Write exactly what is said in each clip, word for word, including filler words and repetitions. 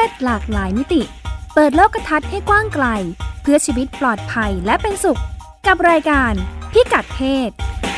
ศหลากหลายมิติเปิดโลกทัศน์ให้กว้างไกลเพื่อชีวิตปลอดภัยและเป็นสุขกับรายการพิกัดเพศ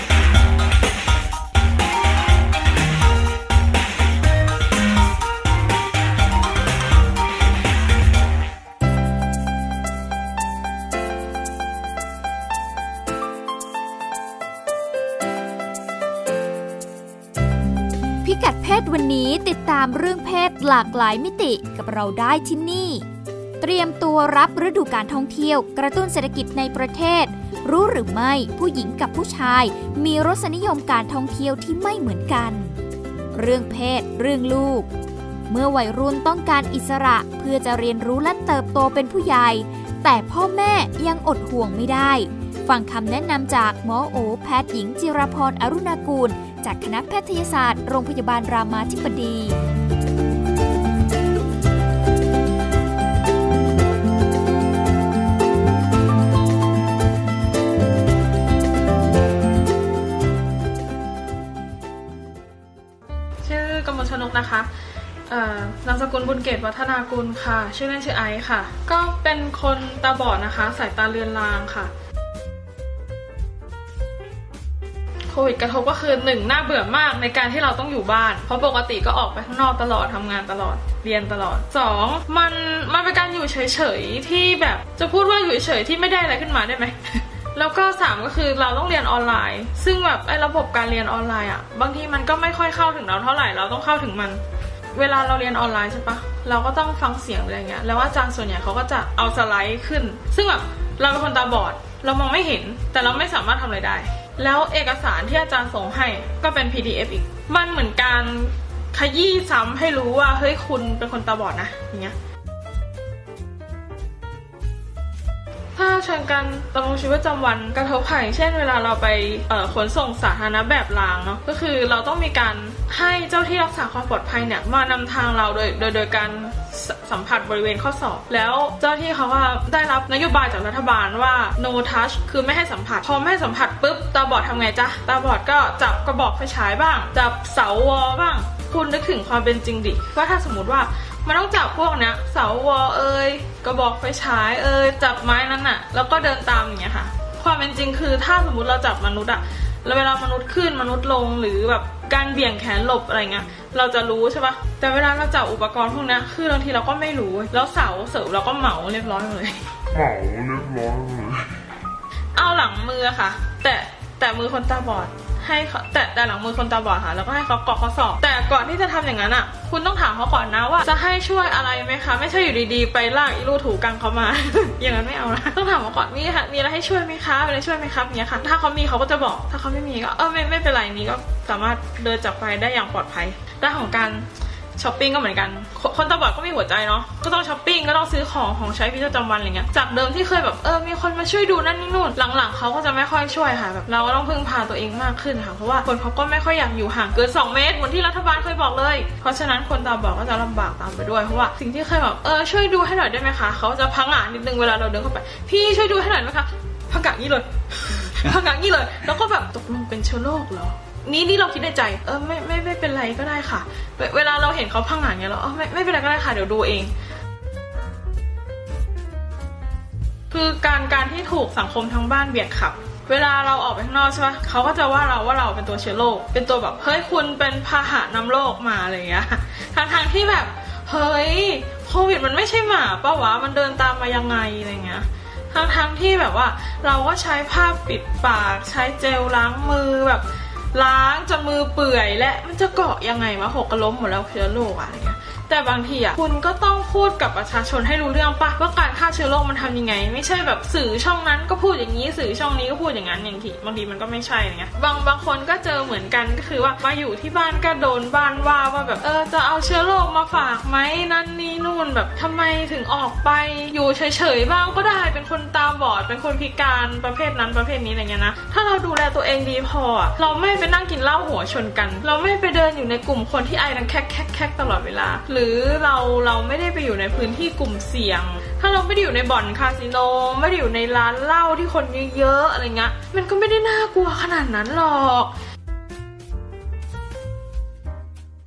พิกัดเพศวันนี้ติดตามเรื่องเพศหลากหลายมิติกับเราได้ที่นี่เตรียมตัวรับฤดูการท่องเที่ยวกระตุ้นเศรษฐกิจในประเทศรู้หรือไม่ผู้หญิงกับผู้ชายมีรสนิยมการท่องเที่ยวที่ไม่เหมือนกันเรื่องเพศเรื่องลูกเมื่อวัยรุ่นต้องการอิสระเพื่อจะเรียนรู้และเติบโตเป็นผู้ใหญ่แต่พ่อแม่ยังอดห่วงไม่ได้ฟังคำแนะนำจากหมอโอแพทย์หญิงจิรพรอรุณากูลจากคณะแพทยศาสตร์โรงพยาบาลรามาธิบดีชื่อกมลชนกนะคะนามสกุลบุญเกตวัฒนากุลค่ะชื่อเล่นชื่อไอซ์ค่ะก็เป็นคนตาบอดนะคะสายตาเลือนลางค่ะโควิดกระทบก็คือหนึ่งน่าเบื่อมากในการที่เราต้องอยู่บ้านเพราะปกติก็ออกไปข้างนอกตลอดทำงานตลอดเรียนตลอดสองมันมันเป็นการอยู่เฉยๆที่แบบจะพูดว่าอยู่เฉยๆที่ไม่ได้อะไรขึ้นมาได้ไหม แล้วก็สามก็คือเราต้องเรียนออนไลน์ซึ่งแบบไอ้ระบบการเรียนออนไลน์อ่ะบางทีมันก็ไม่ค่อยเข้าถึงเราเท่าไหร่เราต้องเข้าถึงมันเวลาเราเรียนออนไลน์ใช่ปะเราก็ต้องฟังเสียงอะไรเงี้ยแล้วอาจารย์ส่วนใหญ่เขาก็จะเอาสไลด์ขึ้นซึ่งแบบเราเป็นคนตาบอดเรามองไม่เห็นแต่เราไม่สามารถทำอะไรได้แล้วเอกสารที่อาจารย์ส่งให้ก็เป็น พี ดี เอฟ อีกมันเหมือนการขยี้ซ้ำให้รู้ว่าเฮ้ยคุณเป็นคนตาบอดนะอย่างเงี้ยถ้าเชิงการดำรงชีวิตประจำวันกระทบภัยเช่นเวลาเราไปขนส่งสาธารณะแบบรางเนาะก็คือเราต้องมีการให้เจ้าที่รักษาความปลอดภัยเนี่ยมานำทางเราโดยโดยโดยการสัมผัสบริเวณข้อศอกแล้วเจ้าที่เขาว่าได้รับนโยบายจากรัฐบาลว่า no touch คือไม่ให้สัมผัสพอไม่ให้สัมผัสปุ๊บตาบอดทำไงจ๊ะตาบอดก็จับกระบอกไฟฉายบ้างจับเสาวอบ้างคุณนึกถึงความเป็นจริงดิว่าถ้าสมมติว่ามันต้องจับพวกเนี้ยเสาวอเอ่ยกระบอกไฟฉายเอ่ยจับไม้นั้นน่ะแล้วก็เดินตามอย่างเงี้ยค่ะความเป็นจริงคือถ้าสมมติเราจับมนุษย์อะแล้วเวลามนุษย์ขึ้นมนุษย์ลงหรือแบบการเบี่ยงแขนหลบอะไรเงี้ยเราจะรู้ใช่ปะแต่เวลาเราจับอุปกรณ์พวกนี้คือบางทีเราก็ไม่รู้แล้วเสาเสริมเราก็เหมาเรียบร้อยเลยเหมาเรียบร้อยเลยเอาหลังมือค่ะแต่แต่มือคนตาบอดให้แต่แต่หลังมือคนตาบอดค่ะแล้วก็ให้เขาเกาะข้อศอกแต่ก่อนที่จะทำอย่างนั้นอ่ะคุณต้องถามเขาก่อนนะว่าจะให้ช่วยอะไรไหมคะไม่ใช่อยู่ดีๆไปลากอีลูถูกังเขามา อย่างนั้นไม่เอานะต้องถามเขาก่อนมีมีอะไรให้ช่วยไหมคะมีอะไรช่วยไหมครับเนี้ยค่ะถ้าเขามีเขาก็จะบอกถ้าเขาไม่มีก็เออไม่ไม่เป็นไรนี้ก็สามารถเดินจากไปได้อย่างปลอดภัยด้านของการช้อปปิ้งก็เหมือนกันคนตาบอดก็มีหัวใจเนาะก็ต้องช้อปปิ้งก็ต้องซื้อของของใช้พิจประจำวันอะไรเงี้ยจากเดิมที่เคยแบบเออมีคนมาช่วยดูนั่นนี่นู่นหลังๆเขาก็จะไม่ค่อยช่วยค่ะแบบเราก็ต้องพึ่งพาตัวเองมากขึ้นค่ะเพราะว่าคนเขาก็ไม่ค่อยอยากอยู่ห่างเกินสองเมตรเหมือนที่รัฐบาลเคยบอกเลยเพราะฉะนั้นคนตาบอดก็จะลำบากตามไปด้วยเพราะว่าสิ่งที่เคยแบบเออช่วยดูให้หน่อยได้ไหมคะเขาจะพังอ่ะนิดนึงเวลาเราเดินเข้าไปพี่ช่วยดูให้หน่อยไหมคะพังกะงี้เลยพังกะงี้เลยแล้วก็แบบตกลงเป็นเชื้อโรคเหรอนี่นี่เราคิดในใจเออไม่ไม่ไม่เป็นไรก็ได้ค่ะเวลาเราเห็นเขาพังหางเงี้ยเราเออไม่ไม่เป็นไรก็ได้ค่ะเดี๋ยวดูเองคือการการที่ถูกสังคมทั้งบ้านเบียดขับเวลาเราออกไปข้างนอกใช่ปะเขาก็จะว่าเราว่าเราเป็นตัวเชื้อโรคเป็นตัวแบบเฮ้ยคุณเป็นพาหะนำโรคมาอะไรเงี้ยทางทางที่แบบเฮ้ยโควิดมันไม่ใช่หมาป่ะวะมันเดินตามมายังไงอะไรเงี้ยทั้งทั้งที่แบบว่าเราก็ใช้ผ้าปิดปากใช้เจลล้างมือแบบล้างจนมือเปื่อยและมันจะเกาะยังไงวะหกกระล้มหมดแล้วเชื้อโรคอะไรเงี้ยแต่บางทีอ่ะคุณก็ต้องพูดกับประชาชนให้รู้เรื่องปะว่าการฆ่าเชื้อโรคมันทำยังไงไม่ใช่แบบสื่อช่องนั้นก็พูดอย่างนี้สื่อช่องนี้ก็พูดอย่างนั้นอย่างที่บางทีมันก็ไม่ใช่อะไรเงี้ยบางบางคนก็เจอเหมือนกันก็คือว่ามาอยู่ที่บ้านก็โดนบ้านว่าว่าแบบเออจะเอาเชื้อโรคมาฝากไหมนั่นนี่นู่นแบบทำไมถึงออกไปอยู่เฉยๆบ้างก็ได้เป็นคนตาบอดเป็นคนพิการประเภทนั้นประเภทนี้อะไรเงี้ยนะถ้าเราดูแลตัวเองดีพอเราไม่ไปนั่งกินเหล้าหัวชนกันเราไม่ไปเดินอยู่ในกลุ่มคนที่ไอดังแคกแคกแคกตลอดเวลาหรือเราเราไม่ได้ไปอยู่ในพื้นที่กลุ่มเสี่ยงถ้าเราไม่ได้อยู่ในบ่อนคาสิโนไม่ได้อยู่ในร้านเหล้าที่คนเยอะๆอะไรเงี้ยมันก็ไม่ได้น่ากลัวขนาดนั้นหรอก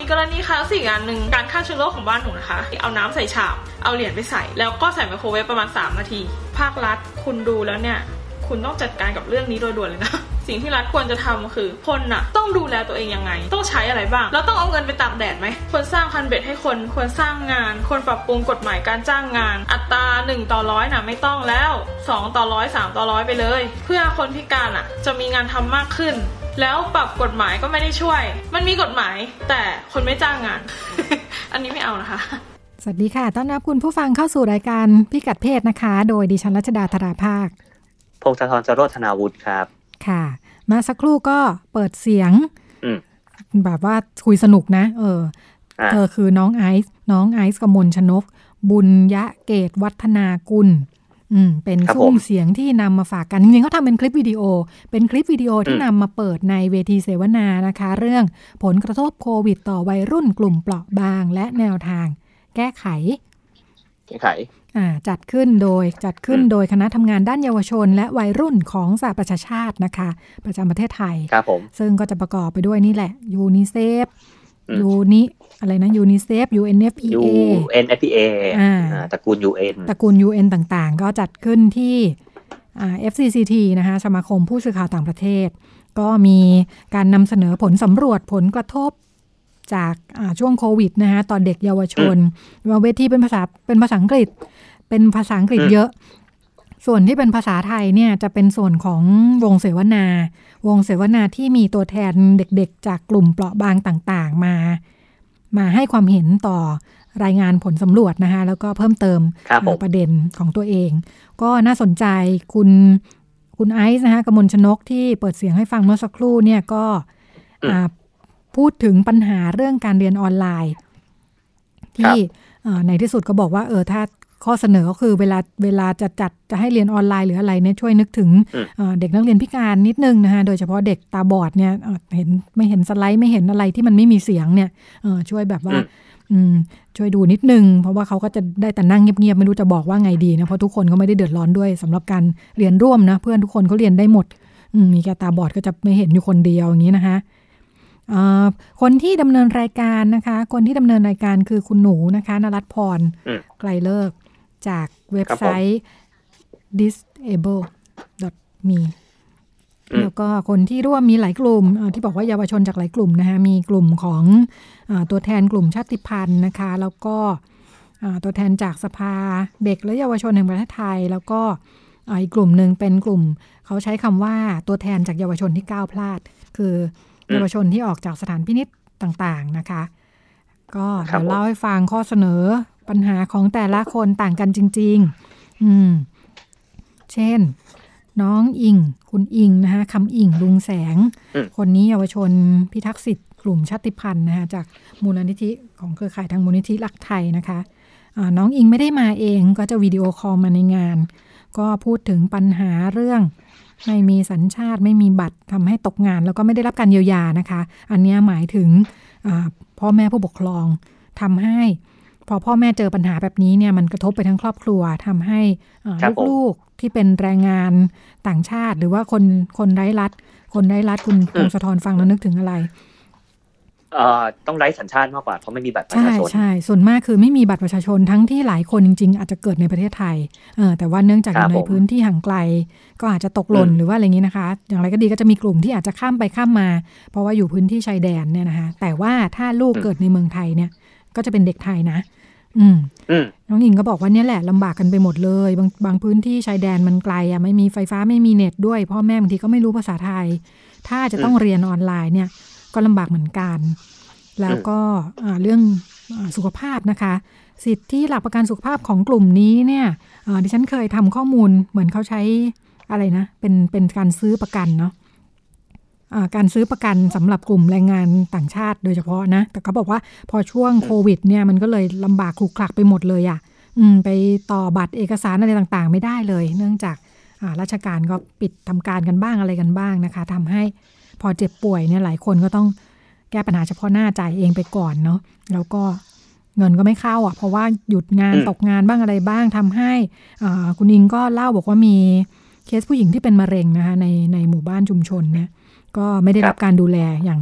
กรณีคลาสสิกอันหนึ่งการฆ่าเชื้อโรคของบ้านหนูนะคะเอาน้ำใส่ชามเอาเหรียญไปใส่แล้วก็ใส่ไมโครเวฟประมาณสามนาทีภาครัฐคุณดูแล้วเนี่ยคุณต้องจัดการกับเรื่องนี้โดยด่วนเลยนะสิ่งที่รัฐควรจะทำคือคนน่ะต้องดูแลตัวเองยังไงต้องใช้อะไรบ้างแล้วต้องเอาเงินไปตากแดดไหมควรสร้างคันเบ็ดให้คนควรสร้างงานควรปรับปรุงกฎหมายการจ้างงานอัตราหนึ่งต่อร้อยน่ะไม่ต้องแล้วสองต่อร้อยสามต่อร้อยไปเลยเพื่อคนพิการอ่ะจะมีงานทำมากขึ้นแล้วปรับกฎหมายก็ไม่ได้ช่วยมันมีกฎหมายแต่คนไม่จ้างงาน อันนี้ไม่เอานะคะสวัสดีค่ะต้อนรับคุณผู้ฟังเข้าสู่รายการพิกัดเพศนะคะโดยดิฉันรัชดาธราภาคพงศธร จโรธนาวุฒิครับค่ะมาสักครู่ก็เปิดเสียงแบบว่าคุยสนุกนะเออเธอคือน้องไอซ์น้องไอซ์กมลชนกบุญยะเกตวัฒนากุลอืมเป็นซุ้มเสียงที่นำมาฝากกันจริงๆเขาทำเป็นคลิปวิดีโอเป็นคลิปวิดีโอที่นำมาเปิดในเวทีเสวนานะคะเรื่องผลกระทบโควิดต่อวัยรุ่นกลุ่มเปราะบางและแนวทางแก้ไขแก้ไขจัดขึ้นโดยจัดขึ้นโดยคณะทำงานด้านเยาวชนและวัยรุ่นของสหประชาชาตินะคะประจำประเทศไทยครับผมซึ่งก็จะประกอบไปด้วยนี่แหละยูนิเซฟยูนิอะไรนะยูนิเซฟ ยู เอ็น เอฟ พี เอยู เอ็น เอฟ พี เอ อ่าตระกูล ยู เอ็นตระกูล ยู เอ็น ต่างๆก็จัดขึ้นที่อ่า เอฟ ซี ซี ที นะคะสมาคมผู้สื่อข่าวต่างประเทศก็มีการนำเสนอผลสำรวจผลกระทบจากช่วงโควิดนะคะต่อเด็กเยาวชนเวทีเป็นภาษาเป็นภาษาอังกฤษเป็นภาษาอังกฤษเยอะส่วนที่เป็นภาษาไทยเนี่ยจะเป็นส่วนของวงเสวนาวงเสวนาที่มีตัวแทนเด็กๆจากกลุ่มเปราะบางต่างๆมามาให้ความเห็นต่อรายงานผลสำรวจนะคะแล้วก็เพิ่มเติมประเด็นของตัวเองก็น่าสนใจคุณคุณไอซ์นะคะกมลชนกที่เปิดเสียงให้ฟังเมื่อสักครู่เนี่ยก็พูดถึงปัญหาเรื่องการเรียนออนไลน์ที่ในที่สุดก็บอกว่าเออถ้าข้อเสนอก็คือเวลาเวลาจะจัดจะให้เรียนออนไลน์หรืออะไรเนี่ยช่วยนึกถึงเด็กนักเรียนพิการนิดนึงนะคะโดยเฉพาะเด็กตาบอดเนี่ยเห็นไม่เห็นสไลด์ไม่เห็นอะไรที่มันไม่มีเสียงเนี่ยช่วยแบบว่าช่วยดูนิดนึงเพราะว่าเขาก็จะได้แต่นั่งเงียบๆไม่รู้จะบอกว่าไงดีนะเพราะทุกคนก็ไม่ได้เดือดร้อนด้วยสำหรับการเรียนร่วมนะเพื่อนทุกคนเขาเรียนได้หมดมีแค่ตาบอดก็จะไม่เห็นอยู่คนเดียวอย่างนี้นะคะคนที่ดำเนินรายการนะคะคนที่ดำเนินรายการคือคุณหนูนะคะนรัตน์พรไกลเลิกจากเว็บไซต์ ดิสเอเบิล ดอท มี แล้วก็คนที่ร่วมมีหลายกลุ่มที่บอกว่าเยาวชนจากหลายกลุ่มนะคะมีกลุ่มของตัวแทนกลุ่มชาติพันธุ์นะคะแล้วก็ตัวแทนจากสภาเด็กและเยาวชนแห่งประเทศไทยแล้วก็อีกกลุ่มหนึ่งเป็นกลุ่มเขาใช้คำว่าตัวแทนจากเยาวชนที่ก้าวพลาดคือเยาวชนที่ออกจากสถานพินิจต่างๆนะคะก็เดี๋ยวเล่าให้ฟังข้อเสนอปัญหาของแต่ละคนต่างกันจริงๆอืมเช่นน้องอิงคุณอิงนะคะคำอิงลุงแสงคนนี้เยาวชนพิทักษ์สิทธิ์กลุ่มชาติพันธุ์นะคะจากมูลนิธิของเครือข่ายทางมูลนิธิรักไทยนะคะะน้องอิงไม่ได้มาเองก็จะวิดีโอคอลมาในงานก็พูดถึงปัญหาเรื่องไม่มีสัญชาติไม่มีบัตรทำให้ตกงานแล้วก็ไม่ได้รับการเยียวยานะคะอันนี้หมายถึงพ่อแม่ผู้ปกครองทำให้พอพ่อแม่เจอปัญหาแบบนี้เนี่ยมันกระทบไปทั้งครอบครัวทำให้ลูกๆที่เป็นแรงงานต่างชาติหรือว่าคนคนไร้รัฐคนไร้รัฐคุณพงศธรฟังแล้วนึกถึงอะไรเอ่อต้องไร้สัญชาติมากกว่าเพราะไม่มีบัตรประชาชนใช่ใช่ส่วนมากคือไม่มีบัตรประชาชนทั้งที่หลายคนจริงๆอาจจะเกิดในประเทศไทยเออแต่ว่าเนื่องจากอยู่ในพื้นที่ห่างไกลก็อาจจะตกหล่นหรือว่าอะไรอย่างนี้นะคะอย่างไรก็ดีก็จะมีกลุ่มที่อาจจะข้ามไปข้ามมาเพราะว่าอยู่พื้นที่ชายแดนเนี่ยนะคะแต่ว่าถ้าลูกเกิดในเมืองไทยเนี่ยก็จะเป็นเด็กไทยนะอืมน้องหญิงก็บอกว่าเนี่ยแหละลำบากกันไปหมดเลยบางบางพื้นที่ชายแดนมันไกลอ่ะไม่มีไฟฟ้าไม่มีเน็ตด้วยพ่อแม่บางทีก็ไม่รู้ภาษาไทยถ้าจะต้องเรียนออนไลน์เนี่ยก็ลำบากเหมือนกันแล้วก็เรื่องสุขภาพนะคะสิทธิหลักประกันสุขภาพของกลุ่มนี้เนี่ยดิฉันเคยทำข้อมูลเหมือนเขาใช้อะไรนะเป็นเป็นการซื้อประกันเนาะการซื้อประกันสำหรับกลุ่มแรงงานต่างชาติโดยเฉพาะนะแต่เขาบอกว่าพอช่วงโควิดเนี่ยมันก็เลยลำบากขลุกขลักไปหมดเลยอ่ะไปต่อบัตรเอกสารอะไรต่างๆไม่ได้เลยเนื่องจากราชการก็ปิดทำการกันบ้างอะไรกันบ้างนะคะทำให้พอเจ็บป่วยเนี่ยหลายคนก็ต้องแก้ปัญหาเฉพาะหน้าจ่ายเองไปก่อนเนาะแล้วก็เงินก็ไม่เข้าอ่ะเพราะว่าหยุดงานตกงานบ้างอะไรบ้างทำให้คุณอิงก็เล่าบอกว่ามีเคสผู้หญิงที่เป็นมะเร็งนะคะในในหมู่บ้านชุมชนเนี่ยก็ไม่ได้รับการดูแลอย่าง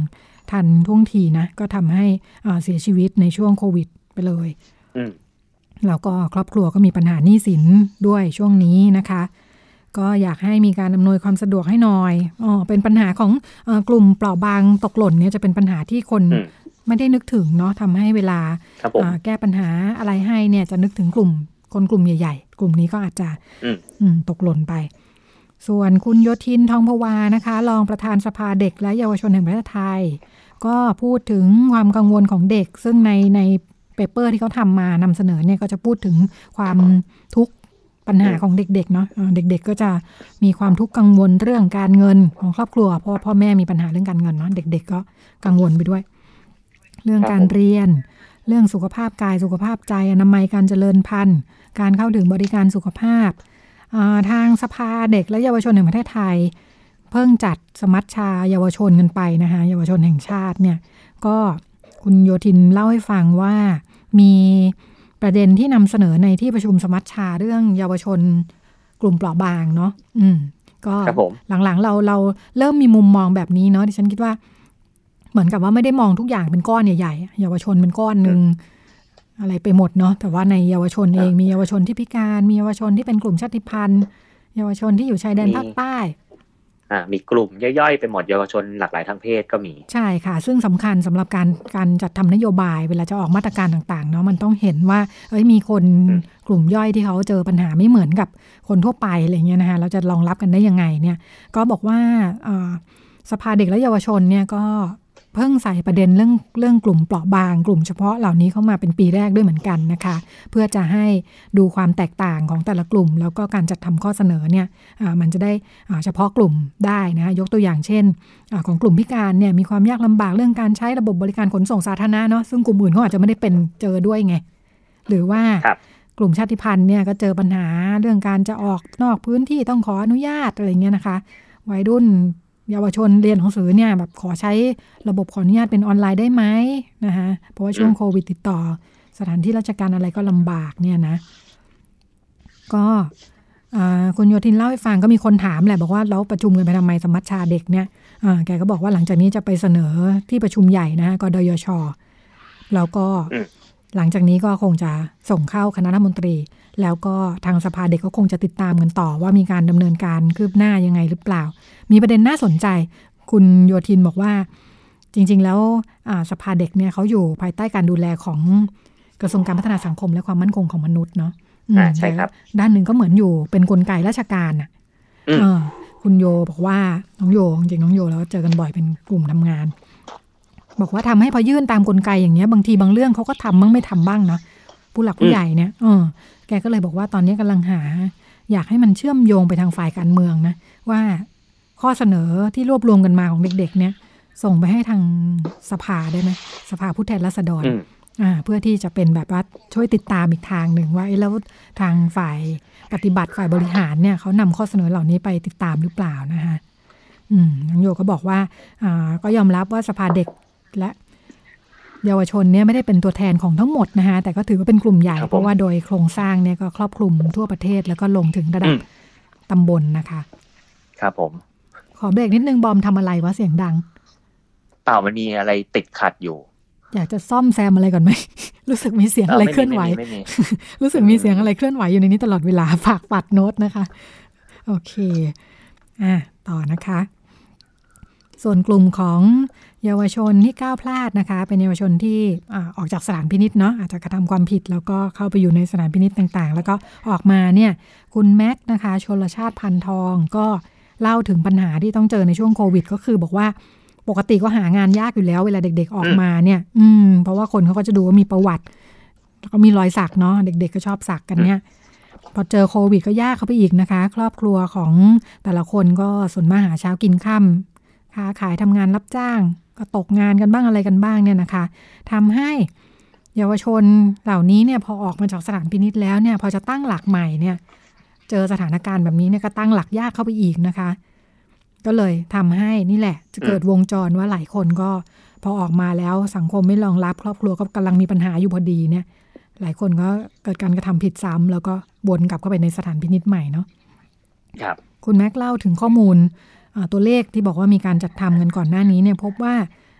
ทันท่วงทีนะก็ทำให้เสียชีวิตในช่วงโควิดไปเลยแล้วก็ครอบครัวก็มีปัญหาหนี้สินด้วยช่วงนี้นะคะก็อยากให้มีการอำนวยความสะดวกให้หน่อยอ๋อเป็นปัญหาของเอ่อกลุ่มเปราะบางตกหล่นเนี่ยจะเป็นปัญหาที่คนไม่ได้นึกถึงเนาะทำให้เวลาแก้ปัญหาอะไรให้เนี่ยจะนึกถึงกลุ่มคนกลุ่มใหญ่ๆกลุ่มนี้ก็อาจจะตกหล่นไปส่วนคุณโยธินทองภวานะคะรองประธานสภาเด็กและเยาวชนแห่งประเทศไทยก็พูดถึงความกังวลของเด็กซึ่งในในเปเปอร์ที่เขาทำมานำเสนอเนี่ยก็จะพูดถึงความทุกข์ปัญหาของเด็กๆเนาะเด็กๆก็จะมีความทุกข์กังวลเรื่องการเงินของครอบครัวเพราะพ่อแม่มีปัญหาเรื่องการเงินเนาะเด็กๆก็กังวลไปด้วยเรื่องการเรียนเรื่องสุขภาพกายสุขภาพใจอนามัยการเจริญพันธุ์การเข้าถึงบริการสุขภาพทางสภาเด็กและเยาวชนแห่งประเทศไทยเพิ่งจัดสมัชชาเยาวชนกันไปนะคะเยาวชนแห่งชาติเนี่ยก็คุณโยธินเล่าให้ฟังว่ามีประเด็นที่นำเสนอในที่ประชุมสมัชชาเรื่องเยาวชนกลุ่มเปราะบางเนาะอืมก็หลังๆเราเราเริ่มมีมุมมองแบบนี้เนาะดิฉันคิดว่าเหมือนกับว่าไม่ได้มองทุกอย่างเป็นก้อนใหญ่ๆเยาวชนเป็นก้อนนึงอะไรไปหมดเนาะแต่ว่าในเยาวชนเองมีเยาวชนที่พิการมีเยาวชนที่เป็นกลุ่มชาติพันธุ์เยาวชนที่อยู่ชายแดนภาคใต้อ่ามีกลุ่มย่อยๆไปหมดเยาวชนหลากหลายทางเพศก็มีใช่ค่ะซึ่งสำคัญสำหรับการการจัดทำนโยบายเวลาจะออกมาตรการต่างๆเนาะมันต้องเห็นว่าเอ้ยมีคนกลุ่มย่อยที่เขาเจอปัญหาไม่เหมือนกับคนทั่วไปอะไรเงี้ยนะคะเราจะรองรับกันได้ยังไงเนี่ยก็บอกว่าสภาเด็กและเยาวชนเนี่ยก็เพิ่งใส่ประเด็นเรื่องเรื่องกลุ่มเปราะบางกลุ่มเฉพาะเหล่านี้เข้ามาเป็นปีแรกด้วยเหมือนกันนะคะเพื่อจะให้ดูความแตกต่างของแต่ละกลุ่มแล้วก็การจัดทำข้อเสนอเนี่ยมันจะได้เฉพาะกลุ่มได้นะคะยกตัวอย่างเช่นของกลุ่มพิการเนี่ยมีความยากลำบากเรื่องการใช้ระบบบริการขนส่งสาธารณะเนาะซึ่งกลุ่มอื่นเขาอาจจะไม่ได้เป็นเจอด้วยไงหรือว่ากลุ่มชาติพันธุ์เนี่ยก็เจอปัญหาเรื่องการจะออกนอกพื้นที่ต้องขออนุญาตอะไรเงี้ยนะคะวัยรุ่นเยาวชนเรียนหนังสือเนี่ยแบบขอใช้ระบบขออนุญาตเป็นออนไลน์ได้ไหมนะคะเพราะว่าช่วงโควิดติดต่อสถานที่ราชการอะไรก็ลำบากเนี่ยนะก็คุณโยธินเล่าให้ฟังก็มีคนถามแหละบอกว่าแล้วประชุมกันไปทำไมสมัชชาเด็กเนี่ยแกก็บอกว่าหลังจากนี้จะไปเสนอที่ประชุมใหญ่นะกดยช.แล้วก็หลังจากนี้ก็คงจะส่งเข้าคณะรัฐมนตรีแล้วก็ทางสภาเด็กก็คงจะติดตามกันต่อว่ามีการดำเนินการคืบหน้ายังไงหรือเปล่ามีประเด็นน่าสนใจคุณโยธินบอกว่าจริงๆแล้วสภาเด็กเนี่ยเขาอยู่ภายใต้การดูแลของกระทรวงการพัฒนาสังคมและความมั่นคงของมนุษย์เนาะใช่ครับด้านหนึ่งก็เหมือนอยู่เป็นกลไกราชการอ่ะคุณโยบอกว่าน้องโยจริงๆน้องโยแล้วเจอกันบ่อยเป็นกลุ่มทำงานบอกว่าทำให้พอยื่นตามกลไกอย่างเงี้ยบางทีบางเรื่องเขาก็ทำบ้างไม่ทำบ้างเนาะผู้หลักผู้ใหญ่เนี่ยเออแกก็เลยบอกว่าตอนนี้กำลังหาอยากให้มันเชื่อมโยงไปทางฝ่ายการเมืองนะว่าข้อเสนอที่รวบรวมกันมาของเด็กๆเนี่ยส่งไปให้ทางสภาได้ไหมสภาผู้แทนราษฎรอ่าเพื่อที่จะเป็นแบบว่าช่วยติดตามอีกทางหนึ่งว่าแล้วทางฝ่ายปฏิบัติฝ่ายบริหารเนี่ยเขานำข้อเสนอเหล่านี้ไปติดตามหรือเปล่านะคะอืมน้องโยก็บอกว่าอ่าก็ยอมรับว่าสภาเด็กและเยาวชนเนี่ยไม่ได้เป็นตัวแทนของทั้งหมดนะคะแต่ก็ถือว่าเป็นกลุ่มใหญ่เพราะว่าโดยโครงสร้างเนี่ยก็ครอบคลุมทั่วประเทศแล้วก็ลงถึงระดับตำบลนะคะครับผมขอเบรกนิดนึงบอมทำอะไรวะเสียงดังเปล่ามันมีอะไรติดขัดอยู่อยากจะซ่อมแซมอะไรก่อนไหม รู้สึกมีเสียงอะไรเคลื่อนไหว รู้สึกมีเสียงอะไรเคลื่อนไหวอยู่ในนี้ตลอดเวลาฝากปัดโน้ตนะคะโอเคอ่ะต่อนะคะส่วนกลุ่มของเยาวชนที่ก้าวพลาดนะคะเป็นเยาวชนที่ออกจากสถานพินิจเนาะอาจจะกระทำความผิดแล้วก็เข้าไปอยู่ในสถานพินิจต่างๆแล้วก็ออกมาเนี่ยคุณแม็กนะคะชลชาติพันทองก็เล่าถึงปัญหาที่ต้องเจอในช่วงโควิดก็คือบอกว่าปกติก็หางานยากอยู่แล้วเวลาเด็กๆออกมาเนี่ยอืมเพราะว่าคนเขาก็จะดูว่ามีประวัติแล้วก็มีรอยสักเนาะเด็กๆก็ชอบสักกันเนี่ยพอเจอโควิดก็ยากเข้าไปอีกนะคะครอบครัวของแต่ละคนก็ส่วนมากหาเช้ากินค่ำค้าขายทำงานรับจ้างก็ตกงานกันบ้างอะไรกันบ้างเนี่ยนะคะทำให้เยาวชนเหล่านี้เนี่ยพอออกมาจากสถานพินิจแล้วเนี่ยพอจะตั้งหลักใหม่เนี่ยเจอสถานการณ์แบบนี้เนี่ยก็ตั้งหลักยากเข้าไปอีกนะคะก็เลยทำให้นี่แหละจะเกิดวงจรว่าหลายคนก็พอออกมาแล้วสังคมไม่รองรับครอบครัวก็กำลังมีปัญหาอยู่พอดีเนี่ยหลายคนก็เกิดการกระทำผิดซ้ำแล้วก็วนกลับเข้าไปในสถานพินิจใหม่เนาะครับคุณแม็กเล่าถึงข้อมูลตัวเลขที่บอกว่ามีการจัดทำกันก่อนหน้านี้เนี่ยพบว่า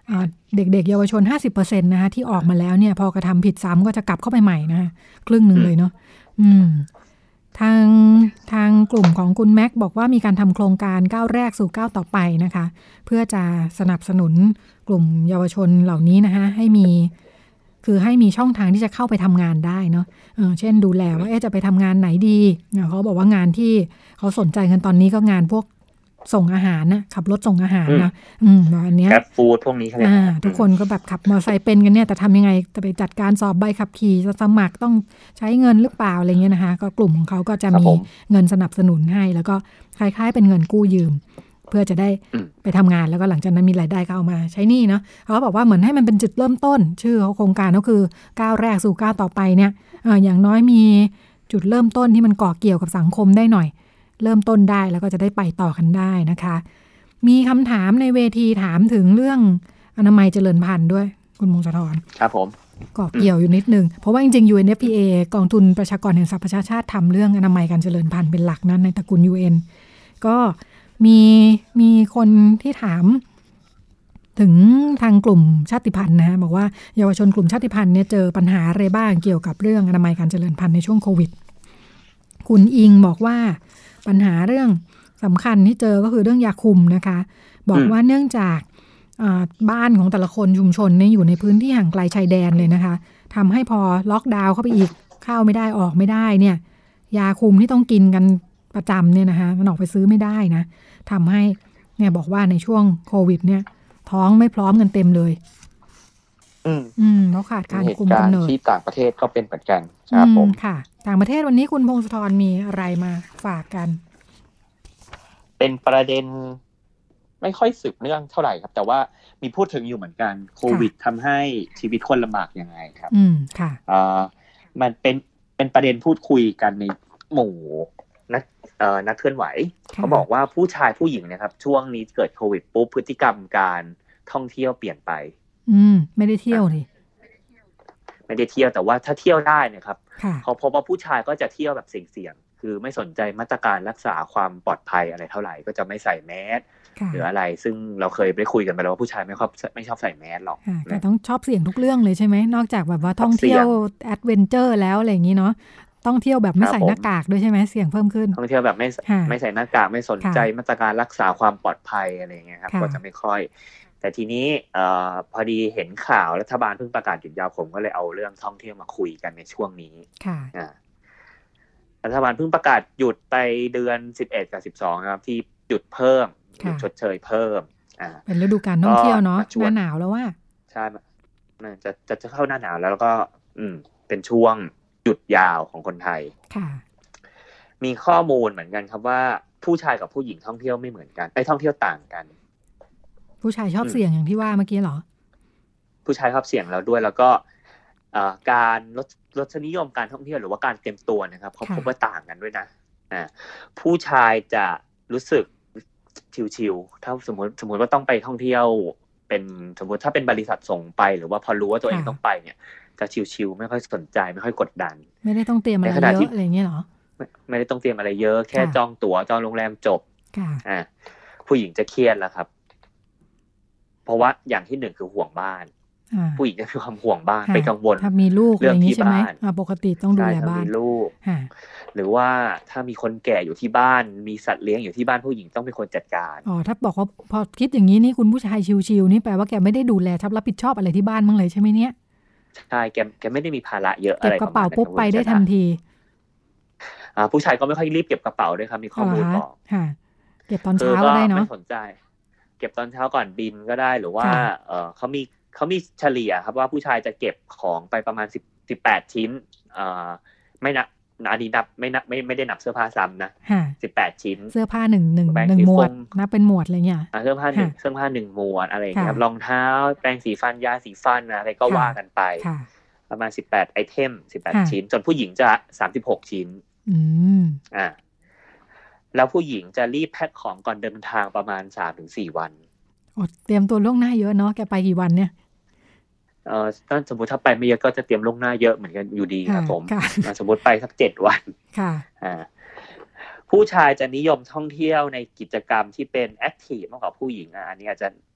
เด็กๆเยาวชน ห้าสิบเปอร์เซ็นต์ นะคะที่ออกมาแล้วเนี่ยพอกระทำผิดซ้ำก็จะกลับเข้าไปใหม่นะคะครึ่งหนึ่งเลยเนาะอืมทางทางกลุ่มของคุณแม็กบอกว่ามีการทำโครงการก้าวแรกสู่ก้าวต่อไปนะคะเพื่อจะสนับสนุนกลุ่มเยาวชนเหล่านี้นะคะให้มีคือให้มีช่องทางที่จะเข้าไปทำงานได้เนาะเออเช่นดูแลว่าเอ๊ะจะไปทำงานไหนดีเขาบอกว่างานที่เขาสนใจกันตอนนี้ก็งานพวกส่งอาหารนะขับรถส่งอาหารนะอืมอันเนี้ยแกร็บฟู้ดพวกนี้เขาเรียกอ่าทุกคนก็แบบขับมอเตอร์ไซค์เป็นกันเนี่ยแต่ทำยังไงจะไปจัดการสอบใบขับขี่จะสมัครต้องใช้เงินหรือเปล่าอะไรเงี้ยนะคะก็กลุ่มของเขาก็จะมีเงินสนับสนุนให้แล้วก็คล้ายๆเป็นเงินกู้ยืมเพื่อจะได้ไปทำงานแล้วก็หลังจากนั้นมีรายได้ก็เอามาใช้หนี้เนาะเขาบอกว่าเหมือนให้มันเป็นจุดเริ่มต้นชื่อโครงการก็คือก้าวแรกสู่ก้าวต่อไปเนี่ยเอออย่างน้อยมีจุดเริ่มต้นที่มันก่อเกี่ยวกับสังคมได้หน่อยเริ่มต้นได้แล้วก็จะได้ไปต่อกันได้นะคะมีคำถามในเวทีถามถึงเรื่องอนามัยเจริญพันธุ์ด้วยคุณมงคลธรครับผมก่อเกี่ยวอยู่นิดนึงเพราะว่าจริงๆ ยู เอ็น เอฟ พี เอ กองทุนประชากรแห่งสหประชาชาติทำเรื่องอนามัยการเจริญพันธุ์เป็นหลักนั้นในตระกูล ยู เอ็น ก็มีมีคนที่ถามถึงทางกลุ่มชาติพันธุ์นะบอกว่าเยาวชนกลุ่มชาติพันธุ์เนี่ยเจอปัญหาอะไรบ้างเกี่ยวกับเรื่องอนามัยการเจริญพันธุ์ในช่วงโควิดคุณอิงบอกว่าปัญหาเรื่องสำคัญที่เจอก็คือเรื่องยาคุมนะคะบอกว่าเนื่องจากบ้านของแต่ละคนชุมชนเนี่ยอยู่ในพื้นที่ห่างไกลชายแดนเลยนะคะทำให้พอล็อกดาวน์เข้าไปอีกเข้าไม่ได้ออกไม่ได้เนี่ยยาคุมที่ต้องกินกันประจำเนี่ยนะคะมันออกไปซื้อไม่ได้นะทำให้เนี่ยบอกว่าในช่วงโควิดเนี่ยท้องไม่พร้อมกันเต็มเลยอืมอืมเพราะขาดการคุมกำเนิดที่ต่างประเทศก็เป็นเหมือนกันครับผมค่ะต่างประเทศวันนี้คุณพงศธรมีอะไรมาฝากกันเป็นประเด็นไม่ค่อยสืบเนื่องเท่าไหร่ครับแต่ว่ามีพูดถึงอยู่เหมือนกันโควิดทำให้ชีวิตคนลำบากยังไงครับอืมค่ะอ่ามันเป็นเป็นประเด็นพูดคุยกันในหมู่นักเอ่อนักเคลื่อนไหวเขาบอกว่าผู้ชายผู้หญิงนะครับช่วงนี้เกิดโควิดปุ๊บพฤติกรรมการท่องเที่ยวเปลี่ยนไปอืมไม่ได้เที่ยวดิไม่ได้เที่ยวแต่ว่าถ้าเที่ยวได้นะครับเขาพบว่าผู้ชายก็จะเที่ยวแบบเสี่ยงๆคือไม่สนใจมาตรการรักษาความปลอดภัยอะไรเท่าไหร่ก็จะไม่ใส่แมสหรืออะไรซึ่งเราเคยไปคุยกันไปแล้วว่าผู้ชายไม่ชอบไม่ชอบใส่แมสหรอกแต่ต้องชอบเสี่ยงทุกเรื่องเลยใช่ไหมนอกจากแบบว่าท่องเที่ยวแอดเวนเจอร์แล้วอะไรอย่างนี้เนาะต้องเที่ยวแบบไม่ใส่หน้ากากด้วยใช่ไหมเสี่ยงเพิ่มขึ้นท่องเที่ยวแบบไม่ไม่ใส่หน้ากากไม่สนใจมาตรการรักษาความปลอดภัยอะไรอย่างเงี้ยครับก็จะไม่ค่อยแต่ทีนี้เอ่อพอดีเห็นข่าวรัฐบาลเพิ่งประกาศหยุดยาวผมก็เลยเอาเรื่องท่องเที่ยวมาคุยกันในช่วงนี้ค่ะอ่ารัฐบาลเพิ่งประกาศหยุดไปเดือนสิบเอ็ดกับสิบสองครับที่หยุดเพิ่มหยุดชดเชยเพิ่มอ่าเป็นฤดูกาลท่องเที่ยวเนาะหน้าหนาวแล้วว่าใช่จะจะจะเข้าหน้าหนาวแล้วแล้วก็อืมเป็นช่วงหยุดยาวของคนไทยค่ะมีข้อมูลเหมือนกันครับว่าผู้ชายกับผู้หญิงท่องเที่ยวไม่เหมือนกันไอ้ท่องเที่ยวต่างกันผู้ชายชอบเสี่ยงอย่างที่ว่าเมื่อกี้เหรอผู้ชายชอบเสี่ยงแล้วด้วยแล้วก็การลดลดนิยมการท่องเที่ยวหรือว่าการเตรียมตัวนะครับเขาพบว่าต่างกันด้วยนะอ่าผู้ชายจะรู้สึกชิลๆถ้าสมมติสมมติว่าต้องไปท่องเที่ยวเป็นสมมติถ้าเป็นบริษัทส่งไปหรือว่าพอรู้ว่าตัวเองต้องไปเนี่ยจะชิลๆไม่ค่อยสนใจไม่ค่อยกดดันไม่ได้ต้องเตรียมอะไรเยอะอะไรเงี้ยหรอไม่ไม่ได้ต้องเตรียมอะไรเยอะแค่จองตั๋วจองโรงแรมจบอ่าผู้หญิงจะเครียดแล้วครับเพราะว่าอย่างที่หนึ่งคือห่วงบ้านผู้หญิงจะมีความห่วงบ้านไปกังวลถ้ามีลูกเรื่องที่บ้านปกติต้องดูแลบ้านมีลูกหรือว่าถ้ามีคนแก่อยู่ที่บ้านมีสัตว์เลี้ยงอยู่ที่บ้านผู้หญิงต้องเป็นคนจัดการอ๋อถ้าบอกว่าพอคิดอย่างนี้นี่คุณผู้ชายชิวๆนี่แปลว่าแกไม่ได้ดูแลรับผิดชอบอะไรที่บ้านมั้งเลยใช่ไหมเนี่ยใช่แกแกไม่ได้มีภาระเยอะอะไรเก็บกระเป๋าปุ๊บไปได้ทันทีอ่าผู้ชายก็ไม่ค่อยรีบเก็บกระเป๋าด้วยครับมีข้อมูลบอกเก็บตอนเช้าก็ได้เนาะไม่สนใจเก็บตอนเช้าก่อนบินก็ได้หรือว่าเออเขามีเขามีเฉลี่ยครับว่าผู้ชายจะเก็บของไปประมาณสิบ สิบแปดชิ้นเอ่อไม่นับอันนี้นับไม่นับไม่ไม่ได้นับเสื้อผ้าซ้ำนะสิบแปดชิ้นเสื้อผ้าหนึ่ง หนึ่ง หนึ่งหมวดนับเป็นหมวดอะไรเงี้ยอ่าเสื้อผ้าหนึ่งเสื้อผ้าหนึ่งหมวดอะไรอย่างเงี้ยครับรองเท้าแปรงสีฟันยาสีฟันอะไรก็ว่ากันไปประมาณสิบแปดไอเทมสิบแปดชิ้นส่วนผู้หญิงจะสามสิบหกชิ้นอืมอ่าแล้วผู้หญิงจะรีบแพ็คของก่อนเดินทางประมาณ สามถึงสี่ วันอ๋อเตรียมตัวล่วงหน้าเยอะเนาะแกไปกี่วันเนี่ยเอ่อถ้าสมมุติถ้าไปไม่เยอะก็จะเตรียมล่วงหน้าเยอะเหมือนกันอยู่ดีครับผมสมมุติไปสักเจ็ดวันค่ะอ่าผู้ชายจะนิยมท่องเที่ยวในกิจกรรมที่เป็นแอคทีฟมากกว่าผู้หญิงอ่ะอันนี้อาจจะ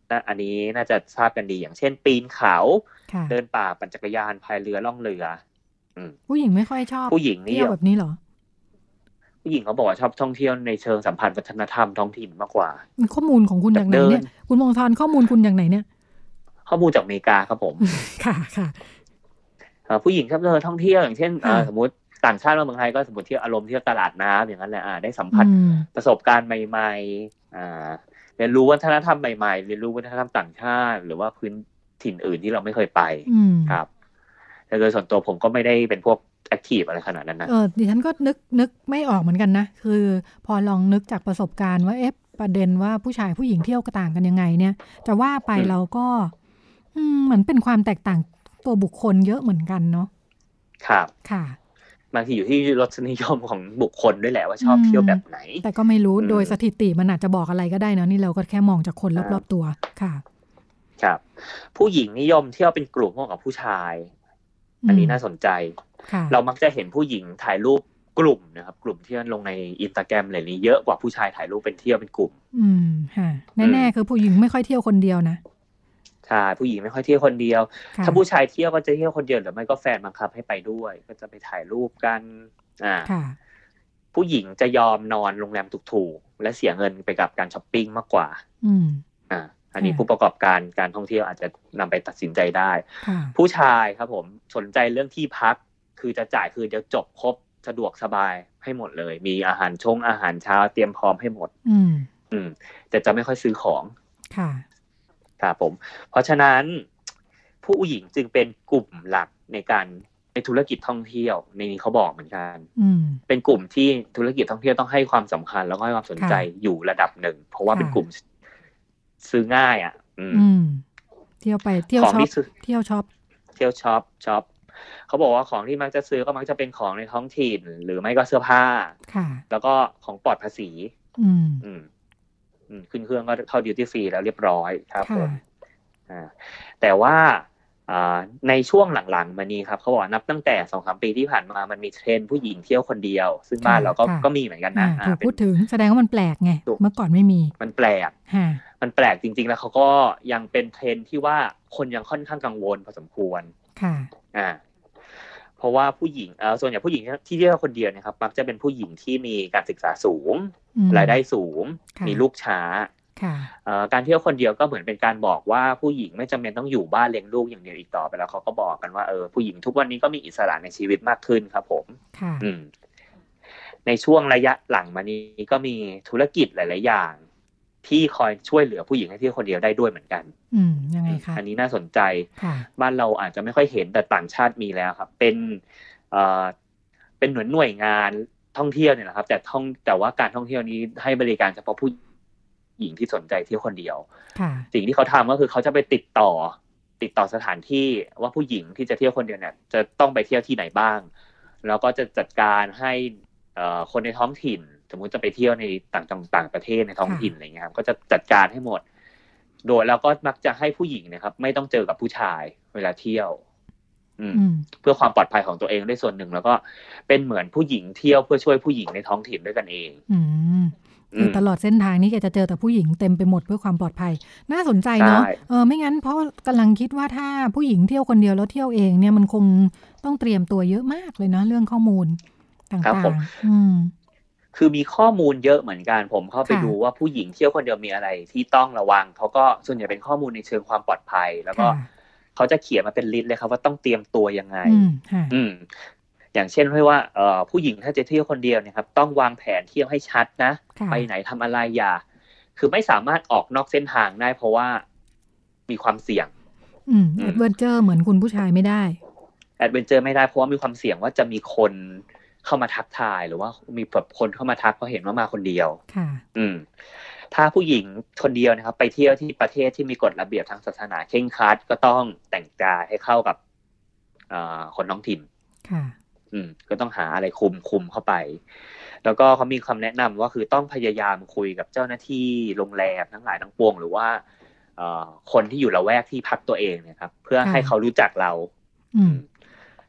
อันนี้น่าจะทราบกันดีอย่างเช่นปีนเขาเดินป่าปั่นจักรยานพายเรือล่องเรือผู้หญิงไม่ค่อยชอบผู้หญิงนี่เที่ยวแบบนี้เหรอผู้หญิงเขาบอกว่าชอบท่องเที่ยวในเชิงสัมพันธ์วัฒนธรรมท้องถิ่นมากกว่าข้อมูลของคุณจากไหนเนี่ยคุณมงคลข้อมูลคุณจากไหนเนี่ยข้อมูลจากอเมริกาครับผมค่ะค่ะผู้หญิงชอบเดินท่องเที่ยวอย่างเช่นสมมติต่างชาติมาเมืองไทยก็สมมติเที่ยวอารมณ์เที่ยวตลาดน้ำอย่างนั้นแหละได้สัมผัสประสบการณ์ใหม่ๆเรียนรู้วัฒนธรรมใหม่ๆเรียนรู้วัฒนธรรมต่างชาติหรือว่าพื้นถิ่นอื่นที่เราไม่เคยไปครับแต่โดยส่วนตัวผมก็ไม่ได้เป็นพวกแอคทีฟอะไรขนาดนั้นนะเออดิฉันก็นึกนึกไม่ออกเหมือนกันนะคือพอลองนึกจากประสบการณ์ว่าเอ๊ะประเด็นว่าผู้ชายผู้หญิงเที่ยวต่างกันยังไงเนี่ยจะว่าไปเราก็เหมือนเป็นความแตกต่างตัวบุคคลเยอะเหมือนกันเนาะครับค่ะบางทีอยู่ที่รสนิยมของบุคคลด้วยแหละว่าชอบเที่ยวแบบไหนแต่ก็ไม่รู้โดยสถิติมันอาจจะบอกอะไรก็ได้นะนี่เราก็แค่มองจากคนรอบๆตัวค่ะครับผู้หญิงนิยมเที่ยวเป็นกลุ่มมากกว่าผู้ชายอันนี้น่าสนใจเรามักจะเห็นผู้หญิงถ่ายรูปกลุ่มนะครับกลุ่มที่ลงใน Instagram อะไรนี้เยอะกว่าผู้ชายถ่ายรูปเป็นเที่ยวเป็นกลุ่มอืมค่ะแน่ๆคือผู้หญิงไม่ค่อยเที่ยวคนเดียวนะใช่ผู้หญิงไม่ค่อยเที่ยวคนเดียวถ้าผู้ชายเที่ยวก็จะเที่ยวคนเดียวหรือไม่ก็แฟนบังคับให้ไปด้วยก็จะไปถ่ายรูปกันอ่าผู้หญิงจะยอมนอนโรงแรมถูกๆและเสียเงินไปกับการช้อปปิ้งมากกว่าอืมอ่าอันนี้ผู้ประกอบการการท่องเที่ยวอาจจะนำไปตัดสินใจได้ผู้ชายครับผมสนใจเรื่องที่พักคือจะจ่ายคือเดี๋ยวจบครบสะดวกสบายให้หมดเลยมีอาหารชงอาหารเช้าเตรียมพร้อมให้หมดอืมอืมแต่จะไม่ค่อยซื้อของค่ะครับผมเพราะฉะนั้นผู้หญิงจึงเป็นกลุ่มหลักในการในธุรกิจท่องเที่ยวในนี้เขาบอกเหมือนกันเป็นกลุ่มที่ธุรกิจท่องเที่ยวต้องให้ความสำคัญแล้วก็ให้ความสนใจอยู่ระดับหนึ่งเพราะว่าเป็นกลุ่มซื้อง่ายอ่ะอืมเที่ยวไปเที่ยวช็อปเที่ยวช็อปเที่ยวช็อปช็อปเขาบอกว่าของที่มักจะซื้อก็มักจะเป็นของในท้องถิ่นหรือไม่ก็เสื้อผ้าค่ะแล้วก็ของปลอดภาษีอืมอืมขึ้นเครื่องก็เข้าดิวตี้ฟรีแล้วเรียบร้อยครับผมอ่าแต่ว่าอ่าในช่วงหลังๆมานี้ครับเขาบอกนับตั้งแต่ สองถึงสาม ปีที่ผ่านมามันมีเทรนด์ผู้หญิงเที่ยวคนเดียวซึ่งบ้านเราก็ก็มีเหมือนกันนะถูกพูดถึงแสดงว่ามันแปลกไงเมื่อก่อนไม่มีมันแปลกมันแปลกจริงๆแล้วเขาก็ยังเป็นเทรนด์ที่ว่าคนยังค่อนข้างกังวลพอสมควรค่ะอ่าเพราะว่าผู้หญิงเอ่อส่วนใหญ่ผู้หญิงที่เที่ยวคนเดียวนะครับมักจะเป็นผู้หญิงที่มีการศึกษาสูงรายได้สูงมีลูกช้าการเที่ยวคนเดียวก็เหมือนเป็นการบอกว่าผู้หญิงไม่จำเป็นต้องอยู่บ้านเลี้ยงลูกอย่างเดียวอีกต่อไปแล้วเขาก็บอกกันว่าเออผู้หญิงทุกวันนี้ก็มีอิสระในชีวิตมากขึ้นครับผมอืมในช่วงระยะหลังมานี้ก็มีธุรกิจหลายๆอย่างที่คอยช่วยเหลือผู้หญิงให้เที่ยวคนเดียวได้ด้วยเหมือนกันอืมยังไงคะอันนี้น่าสนใจบ้านเราอาจจะไม่ค่อยเห็นแต่ต่างชาติมีแล้วครับเป็นเอ่อเป็นหน่วยหน่วยงานท่องเที่ยวเนี่ยนะครับแต่ท่องแต่ว่าการท่องเที่ยวนี้ให้บริการเฉพาะผู้หญิงที่สนใจเที่ยวคนเดียวสิ่งที่เขาทำก็คือเขาจะไปติดต่อติดต่อสถานที่ว่าผู้หญิงที่จะเที่ยวคนเดียวเนี่ยจะต้องไปเที่ยวที่ไหนบ้างแล้วก็จะจัดการให้คนในท้องถิ่นสมมุติจะไปเที่ยวในต่างต่างประเทศในท้องถิ่นอะไรเงี้ยครับก็จะจัดการให้หมดโดยแล้วก็มักจะให้ผู้หญิงนะครับไม่ต้องเจอกับผู้ชายเวลาเที่ยวเพื่อความปลอดภัยของตัวเองด้วยส่วนหนึ่งแล้วก็เป็นเหมือนผู้หญิงเที่ยวเพื่อช่วยผู้หญิงในท้องถิ่นด้วยกันเองคือตลอดเส้นทางนี้แกจะเจอแต่ผู้หญิงเต็มไปหมดเพื่อความปลอดภัยน่าสนใจเนาะเออไม่งั้นเพราะกำลังคิดว่าถ้าผู้หญิงเที่ยวคนเดียวแล้วเที่ยวเองเนี่ยมันคงต้องเตรียมตัวเยอะมากเลยนะเรื่องข้อมูลต่างๆอืมคือมีข้อมูลเยอะเหมือนกันผมเข้าไปดูว่าผู้หญิงเที่ยวคนเดียวมีอะไรที่ต้องระวังเขาก็ส่วนใหญ่เป็นข้อมูลในเชิงความปลอดภัยแล้วก็เขาจะเขียนมาเป็นลิสต์เลยครับว่าต้องเตรียมตัวยังไงอืมอย่างเช่นว่าเอ่อผู้หญิงถ้าจะเที่ยวคนเดียวเนี่ยครับต้องวางแผนเที่ยวให้ชัดนะไปไหนทำอะไรอย่าคือไม่สามารถออกนอกเส้นทางได้เพราะว่ามีความเสี่ยงอืมแอดเวนเจอร์เหมือนคุณผู้ชายไม่ได้แอดเวนเจอร์ไม่ได้เพราะว่ามีความเสี่ยงว่าจะมีคนเข้ามาทักทายหรือว่ามีแบบคนเข้ามาทักเพราะเห็นว่ามาคนเดียวค่ะอืมถ้าผู้หญิงคนเดียวนะครับไปเที่ยวที่ประเทศที่มีกฎระเบียบทางศาสนาเคร่งครัดก็ต้องแต่งกายให้เข้ากับอ่าคนท้องถิ่นค่ะอืมก็ต้องหาอะไรคุมคุมเข้าไปแล้วก็เขามีคำแนะนำว่าคือต้องพยายามคุยกับเจ้าหน้าที่โรงแรมทั้งหลายทั้งปวงหรือว่าเอ่อคนที่อยู่ละแวกที่พักตัวเองเนี่ยครับเพื่อให้เขารู้จักเราอืม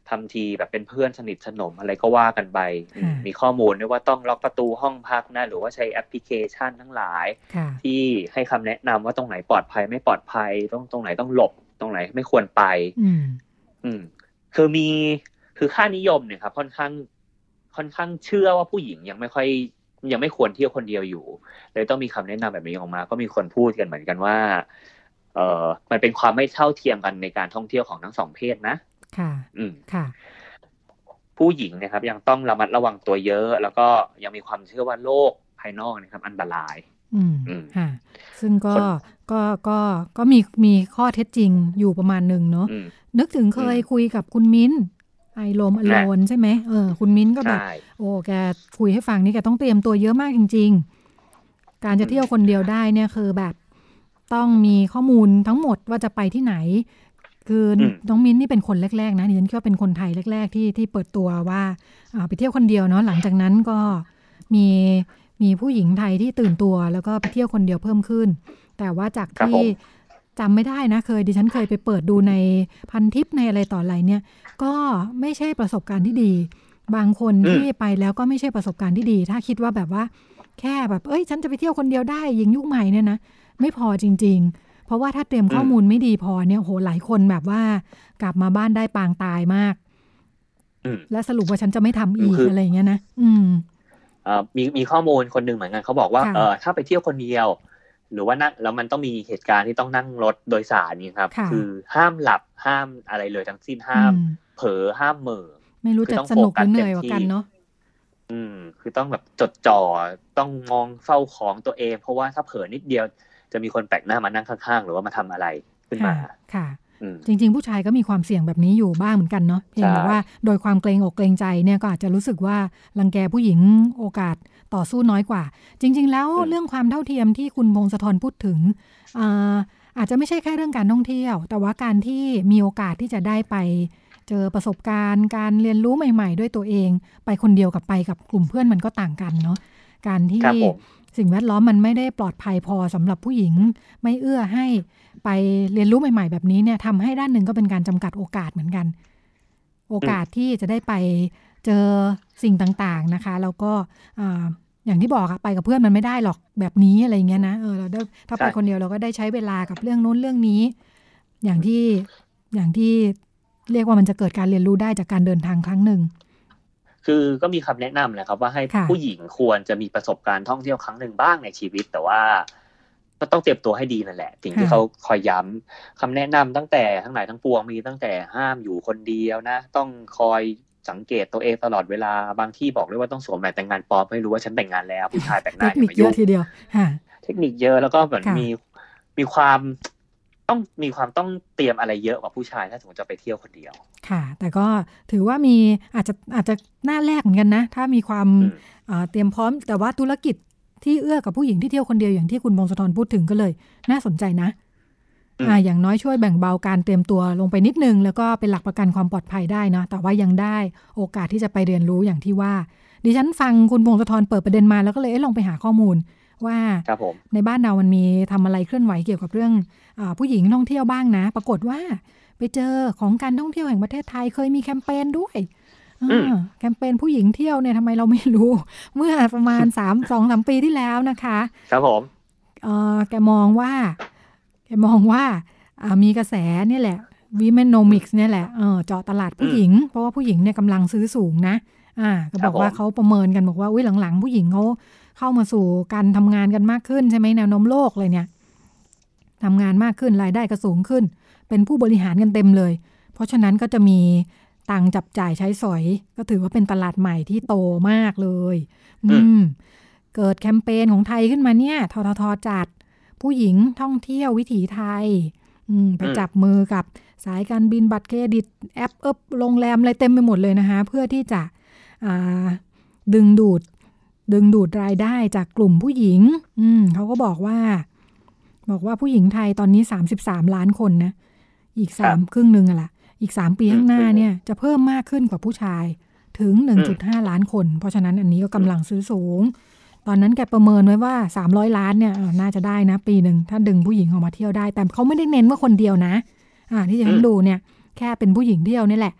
ทำทีแบบเป็นเพื่อนสนิทสนมอะไรก็ว่ากันไปมีข้อมูลด้วยว่าต้องล็อกประตูห้องพักนะหรือว่าใช้แอปพลิเคชันทั้งหลายที่ให้คำแนะนำว่าตรงไหนปลอดภัยไม่ปลอดภัยตรงตรงไหนต้องหลบตรงไหนไม่ควรไปอืมคือมีคือค่านิยมเนี่ยครับค่อนข้างค่อนข้างเชื่อว่าผู้หญิงยังไม่ค่อยยังไม่ควรเที่ยวคนเดียวอยู่เลยต้องมีคำแนะนำแบบนี้ออกมาก็มีคนพูดกันเหมือนกันว่าเออมันเป็นความไม่เท่าเทียมกันในการท่องเที่ยวของทั้งสองเพศนะค่ะอืมค่ะผู้หญิงนะครับยังต้องระมัดระวังตัวเยอะแล้วก็ยังมีความเชื่อว่าโลกภายนอกนะครับอันตรายอืมค่ะซึ่งก็ก็ก็ก็มีมีข้อเท็จจริงอยู่ประมาณนึงเนาะนึกถึงเคยคุยกับคุณมิ้นไอโลมอโลนใช่ไหมเออคุณมิ้นก็แบบโอ้แกคุยให้ฟังนี่แกต้องเตรียมตัวเยอะมากจริงๆการจะเที่ยวคนเดียวได้เนี่ยคือแบบต้องมีข้อมูลทั้งหมดว่าจะไปที่ไหนคือน้องมิ้นนี่เป็นคนแรกๆนะดิฉันคิดว่าเป็นคนไทยแรกๆที่ที่เปิดตัวว่าไปเที่ยวคนเดียวเนาะหลังจากนั้นก็มีมีผู้หญิงไทยที่ตื่นตัวแล้วก็ไปเที่ยวคนเดียวเพิ่มขึ้นแต่ว่าจากที่จำไม่ได้นะเคยดิฉันเคยไปเปิดดูในพันทิปในอะไรต่ออะไรเนี่ยก็ไม่ใช่ประสบการณ์ที่ดีบางคนที่ไปแล้วก็ไม่ใช่ประสบการณ์ที่ดีถ้าคิดว่าแบบว่าแค่แบบเอ้ยฉันจะไปเที่ยวคนเดียวได้ยิงยุคใหม่เนี่ยนะไม่พอจริงๆเพราะว่าถ้าเตรียมข้อมูลไม่ดีพอเนี่ยโหหลายคนแบบว่ากลับมาบ้านได้ปางตายมากและสรุปว่าฉันจะไม่ทำอีกอะไรอย่างเงี้ยนะอืมมีมีข้อมูลคนหนึ่งเหมือนกันเขาบอกว่าเออถ้าไปเที่ยวคนเดียวหรือว่านั่งแล้วมันต้องมีเหตุการณ์ที่ต้องนั่งรถโดยสารนี่ครับคือห้ามหลับห้ามอะไรเลยทั้งสิ้นห้ามเผลอห้ามเหม่อไม่รู้จะสนุกหรือเหนื่อยกว่ากันเนาะอืมคือต้องแบบจดจ่อต้องมองเฝ้าของตัวเองเพราะว่าถ้าเผลอนิดเดียวจะมีคนแปลกหน้ามานั่งข้างๆหรือว่ามาทำอะไรขึ้นมาค่ะจริงๆผู้ชายก็มีความเสี่ยงแบบนี้อยู่บ้างเหมือนกันเนาะเพียงแต่ว่าโดยความเกรงอกเกรงใจเนี่ยก็อาจจะรู้สึกว่ารังแกผู้หญิงโอกาสต่อสู้น้อยกว่าจริงๆแล้วเรื่องความเท่าเทียมที่คุณพงศธรพูดถึง อาอาจจะไม่ใช่แค่เรื่องการท่องเที่ยวแต่ว่าการที่มีโอกาสที่จะได้ไปเจอประสบการณ์การเรียนรู้ใหม่ๆด้วยตัวเองไปคนเดียวกับไปกับกลุ่มเพื่อนมันก็ต่างกันเนาะการที่สิ่งแวดล้อมมันไม่ได้ปลอดภัยพอสำหรับผู้หญิงไม่เอื้อให้ไปเรียนรู้ใหม่ๆแบบนี้เนี่ยทำให้ด้านหนึ่งก็เป็นการจำกัดโอกาสเหมือนกันโอกาสที่จะได้ไปเจอสิ่งต่างๆนะคะแล้วก็อย่างที่บอกอะไปกับเพื่อนมันไม่ได้หรอกแบบนี้อะไรเงี้ยนะเออเราได้ถ้าไปคนเดียวเราก็ได้ใช้เวลากับเรื่องโน้นเรื่องนี้อย่างที่อย่างที่เรียกว่ามันจะเกิดการเรียนรู้ได้จากการเดินทางครั้งหนึ่งคือก็มีคำแนะนำแหละครับว่าให้ผู้หญิงควรจะมีประสบการณ์ท่องเที่ยวครั้งหนึ่งบ้างในชีวิตแต่ว่าก็ต้องเตรียมตัวให้ดีนั่นแหละสิ่งที่เขาคอยย้ำคำแนะนำตั้งแต่ทั้งหลายทั้งปวงมีตั้งแต่ห้ามอยู่คนเดียวนะต้องคอยสังเกตตัวเองตลอดเวลาบางที่บอกเลยว่าต้องสวมแหวนแต่งงานปลอมให้รู้ว่าฉันแต่งงานแล้วผู้ชายแต่งหน้าอย่ามายุ่งเทคนิคเยอะทีเดียวเทคนิคเยอะแล้วก็เหมือนมีมีความต้องมีความต้องเตรียมอะไรเยอะกว่าผู้ชายถ้าสมมติจะไปเที่ยวคนเดียวค่ะแต่ก็ถือว่ามีอาจจะอาจจะหน้าแรกเหมือนกันนะถ้ามีความเตรียมพร้อมแต่ว่าธุรกิจที่เอื้อกับผู้หญิงที่เที่ยวคนเดียวอย่างที่คุณพงศธรพูดถึงก็เลยน่าสนใจนะอ่าอย่างน้อยช่วยแบ่งเบาการเตรียมตัวลงไปนิดนึงแล้วก็เป็นหลักประกันความปลอดภัยได้นะแต่ว่ายังได้โอกาสที่จะไปเรียนรู้อย่างที่ว่าดิฉันฟังคุณพงศธรเปิดประเด็นมาแล้วก็เลยเอ๊ะลองไปหาข้อมูลว่าในบ้านเรามันมีทำอะไรเคลื่อนไหวเกี่ยวกับเรื่องอ่าผู้หญิงท่องเที่ยวบ้างนะปรากฏว่าไปเจอของการท่องเที่ยวแห่งประเทศไทยเคยมีแคมเปญด้วยแคมเปญผู้หญิงเที่ยวเนี่ยทำไมเราไม่รู้เมื่อประมาณสาม สอง สามปีที่แล้วนะคะครับผมเอ่อแกมองว่าแกมองว่ามีกระแสเนี่ยแหละ Womenomics เนี่ยแหละเออเจาะตลาดผู้หญิงเพราะว่าผู้หญิงเนี่ยกำลังซื้อสูงนะอ่าก็บอกว่าเขาประเมินกันบอกว่าอุ้ยหลังๆผู้หญิงเขาเข้ามาสู่การทำงานกันมากขึ้นใช่ไหมแนวโน้มโลกเลยเนี่ยทำงานมากขึ้นรายได้ก็สูงขึ้นเป็นผู้บริหารกันเต็มเลยเพราะฉะนั้นก็จะมีตังจับจ่ายใช้สอยก็ถือว่าเป็นตลาดใหม่ที่โตมากเลยอืมเกิดแคมเปญของไทยขึ้นมาเนี่ยทททจัดผู้หญิงท่องเที่ยววิถีไทยอืมไปจับมือกับสายการบินบัตรเครดิตแอปเอิบโรงแรมอะไรเต็มไปหมดเลยนะคะเพื่อที่จะอ่าดึงดูดดึงดูดรายได้จากกลุ่มผู้หญิงอืมเขาก็บอกว่าบอกว่าผู้หญิงไทยตอนนี้สามสิบสามล้านคนนะอีกสามครึ่งนึงอ่ะล่ะอีกสามปีข้างหน้าเนี่ยจะเพิ่มมากขึ้นกว่าผู้ชายถึง หนึ่งจุดห้า ล้านคนเพราะฉะนั้นอันนี้ก็กำลังซื้อสูงตอนนั้นแกประเมินไว้ว่าสามร้อยล้านเนี่ยน่าจะได้นะปีนึงถ้าดึงผู้หญิงออกมาเที่ยวได้แต่เขาไม่ได้เน้นว่าคนเดียวนะอ่าที่จะให้ดูเนี่ยแค่เป็นผู้หญิงเที่ยวนี่แหละ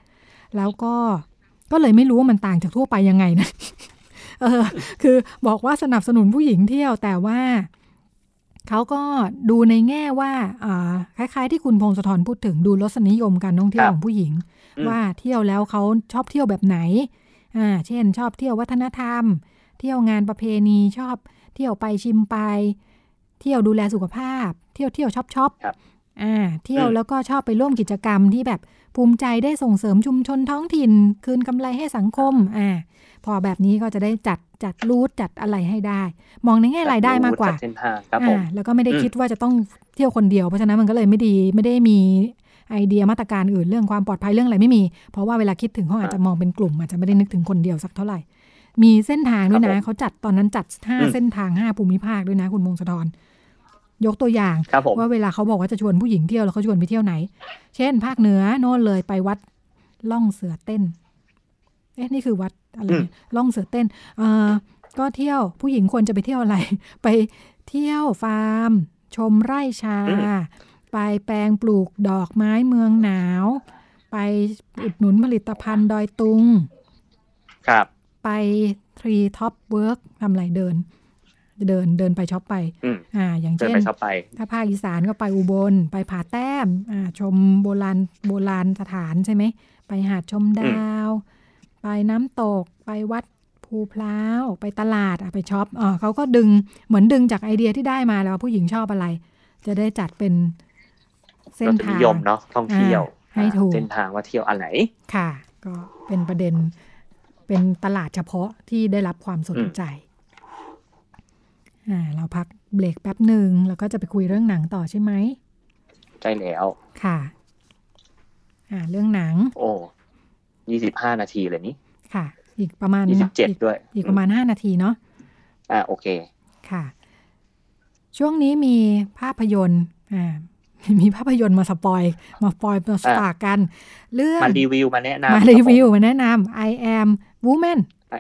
แล้วก็ก็เลยไม่รู้ว่ามันต่างจากทั่วไปยังไงนะ เออคือบอกว่าสนับสนุนผู้หญิงเที่ยวแต่ว่าเขาก็ดูในแง่ว่าอ่าคล้ายๆที่คุณพงศธรพูดถึงดูรสนิยมการท่องเที่ยวของผู้หญิงว่าเที่ยวแล้วเขาชอบเที่ยวแบบไหนอ่าเช่นชอบเที่ยววัฒนธรรมเที่ยวงานประเพณีชอบเที่ยวไปชิมไปเที่ยวดูแลสุขภาพเที่ยวเที่ยวช็อปช็อปอ่าเที่ยวแล้วก็ชอบไปร่วมกิจกรรมที่แบบภูมิใจได้ส่งเสริมชุมชนท้องถิ่นคืนกำไรให้สังคมอ่าพอแบบนี้ก็จะได้จัดจัดรูทจัดอะไรให้ได้มองในแง่รายได้มากกว่าอ่าแล้วก็ไม่ได้คิดว่าจะต้องเที่ยวคนเดียวเพราะฉะนั้นมันก็เลยไม่ดีไม่ได้มีไอเดียมาตรการอื่นเรื่องความปลอดภัยเรื่องอะไรไม่มีเพราะว่าเวลาคิดถึงเขาอาจจะมองเป็นกลุ่มอาจจะไม่ได้นึกถึงคนเดียวสักเท่าไหร่มีเส้นทางด้วยนะเขาจัดตอนนั้นจัดห้าเส้นทางห้าภูมิภาคด้วยนะคุณมงคลธรยกตัวอย่างว่าเวลาเขาบอกว่าจะชวนผู้หญิงเที่ยวแล้วเขาชวนไปเที่ยวไหนเช่นภาคเหนือโน่นเลยไปวัดล่องเสือเต้นเอ๊ะนี่คือวัดอะไรล่องเสือเต้นเอ่อก็เที่ยวผู้หญิงควรจะไปเที่ยวอะไรไปเที่ยวฟาร์มชมไร่ชาไปแปลงปลูกดอกไม้เมืองหนาวไปอุดหนุนผลิตภัณฑ์ดอยตุงครับไปทรีท็อปเวิร์กทำอะไรเดินเดินเดินไปช็อปไปอ่าอย่างเช่นถ้าภาคอีสานก็ไปอุบลไปผาแต้มอ่าชมโบราณโบราณสถานใช่ไหมไปหาดชมดาวไปน้ำตกไปวัดภูพร้าวไปตลาดอ่ะไปช็อปอ่าเขาก็ดึงเหมือนดึงจากไอเดียที่ได้มาแล้วผู้หญิงชอบอะไรจะได้จัดเป็นเส้นทางนิยมเนาะท่องเที่ยวให้ถูกเส้นทางว่าเที่ยวอันไหนค่ะก็เป็นประเด็นเป็นตลาดเฉพาะที่ได้รับความสนใจอ่าเราพักเบรกแป๊บหนึ่งแล้วก็จะไปคุยเรื่องหนังต่อใช่ไหมใช่แล้วค่ะอ่าเรื่องหนังโอ้ยี่สิบห้านาทีเลยนี่ค่ะอีกประมาณยี่สิบเจ็ดด้วยอีกประมาณห้านาทีเนาะอ่าโอเคค่ะช่วงนี้มีภาพยนตร์อ่ามีภาพยนตร์มาสปอยมาปอยมาฝากกันเรื่องมารีวิวมาแนะนำมารีวิวมาแนะนำ I am woman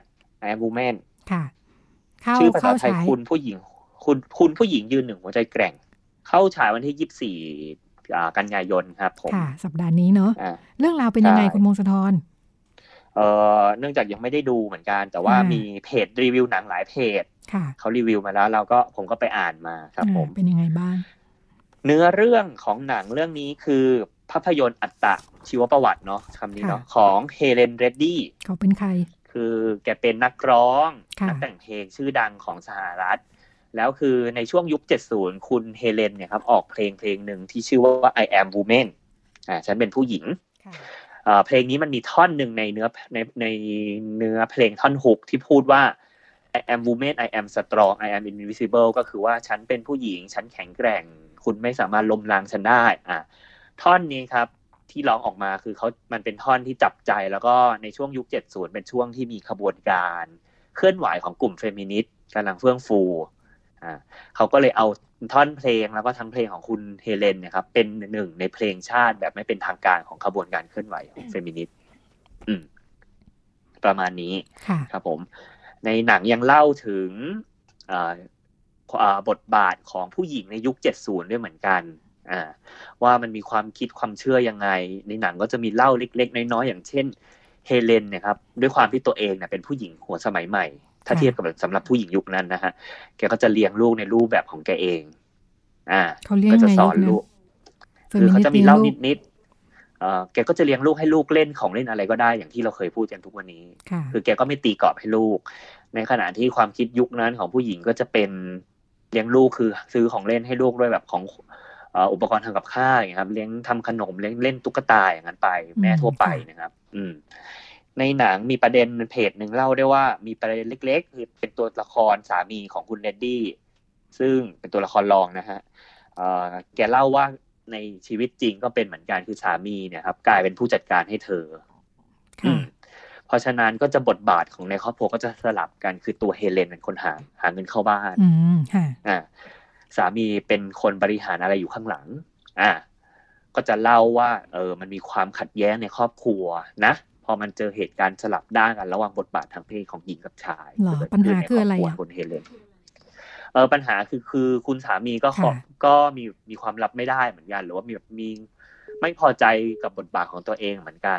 I am woman ค่ะชื่อภาษาไทยคุณผู้หญิงคุณคุณผู้หญิงยืนหนึ่งหัวใจแกร่งเข้าฉายวันที่ยี่สิบสี่กันยายนครับผมค่ะสัปดาห์นี้เนาะเรื่องราวเป็นยังไงคุณมงคลธรเอ่อเนื่องจากยังไม่ได้ดูเหมือนกันแต่ว่ามีเพจรีวิวหนังหลายเพจเขารีวิวมาแล้วเราก็ผมก็ไปอ่านมาครับผมเป็นยังไงบ้างเนื้อเรื่องของหนังเรื่องนี้คือภาพยนตร์อัตชีวประวัติเนาะคำนี้เนาะของเฮเลนเรดดี้เขาเป็นใครคือแกเป็นนักร้องนักแต่งเพลงชื่อดังของสหรัฐแล้วคือในช่วงยุคเจ็ดสิบคุณเฮเลนเนี่ยครับออกเพลงเพลงหนึ่งที่ชื่อว่า I am woman อ่าฉันเป็นผู้หญิงอ่าเพลงนี้มันมีท่อนหนึ่งในเนื้อในในเนื้อเพลงท่อนฮุกที่พูดว่า I am woman I am strong I am invisible ก็คือว่าฉันเป็นผู้หญิงฉันแข็งแกร่งคุณไม่สามารถล้มล้างฉันได้อ่ะท่อนนี้ครับที่ร้องออกมาคือเขามันเป็นท่อนที่จับใจแล้วก็ในช่วงยุคเจ็ดสิบเป็นช่วงที่มีขบวนการเคลื่อนไหวของกลุ่มเฟมินิสต์กำลังเฟื่องฟูอ่าเขาก็เลยเอาท่อนเพลงแล้วก็ทั้งเพลงของคุณเฮเลนเนี่ยครับเป็นหนึ่งในเพลงชาติแบบไม่เป็นทางการของขบวนการเคลื่อนไหวของเฟมินิสต์อืมประมาณนี้ครับผมในหนังยังเล่าถึงอ่าบทบาทของผู้หญิงในยุคเจ็ดสิบด้วยเหมือนกันอ่าว่ามันมีความคิดความเชื่อยังไงในหนังก็จะมีเล่าเล็กๆน้อยๆอย่างเช่นเฮเลนเนี่ยครับด้วยความที่ตัวเองเนี่ยเป็นผู้หญิงหัวสมัยใหม่ถ้าเทียบกับสำหรับผู้หญิงยุคนั้นนะฮะแกก็จะเลี้ยงลูกในรูปแบบของแกเองอ่าก็จะสอนลูกคือเขาจะมีเล่านิดๆเอ่อแกก็จะเลี้ยงลูกให้ลูกเล่นของเล่นอะไรก็ได้อย่างที่เราเคยพูดกันทุกวันนี้คือแกก็ไม่ตีกรอบให้ลูกในขณะที่ความคิดยุคนั้นของผู้หญิงก็จะเป็นเลี้ยงลูกคือซื้อของเล่นให้ลูกด้วยแบบของอุปกรณ์ทำกับข้าวอย่างครับเลี้ยงทำขนมเลี้ยงเล่นตุ๊กตาอย่างนั้นไปแม่ทั่วไปนะครับอืมในหนังมีประเด็นเพจหนึ่งเล่าได้ว่ามีประเด็นเล็กๆคือเป็นตัวละครสามีของคุณเรดดี้ซึ่งเป็นตัวละครรองนะฮะเอ่อแกเล่าว่าในชีวิตจริงก็เป็นเหมือนกันคือสามีเนี่ยครับกลายเป็นผู้จัดการให้เธอเพราะฉะนั้นก็จะบทบาทของในครอบครัวก็จะสลับกันคือตัวเฮเลนเป็นคนหาหาเงินเข้าบ้านอ่าสามีเป็นคนบริหารอะไรอยู่ข้างหลังอ่าก็จะเล่าว่าเออมันมีความขัดแย้งในครอบครัวนะพอมันเจอเหตุการณ์สลับด้านกันระหว่างบทบาททางเพศของหญิงกับชายปัญหาคืออะไรอ่ะคุณเฮเลนเออปัญหาคือคือคุณสามีก็ขอก็มีมีความรับไม่ได้เหมือนกันหรือว่ามีแบบมีไม่พอใจกับบทบาทของตัวเองเหมือนกัน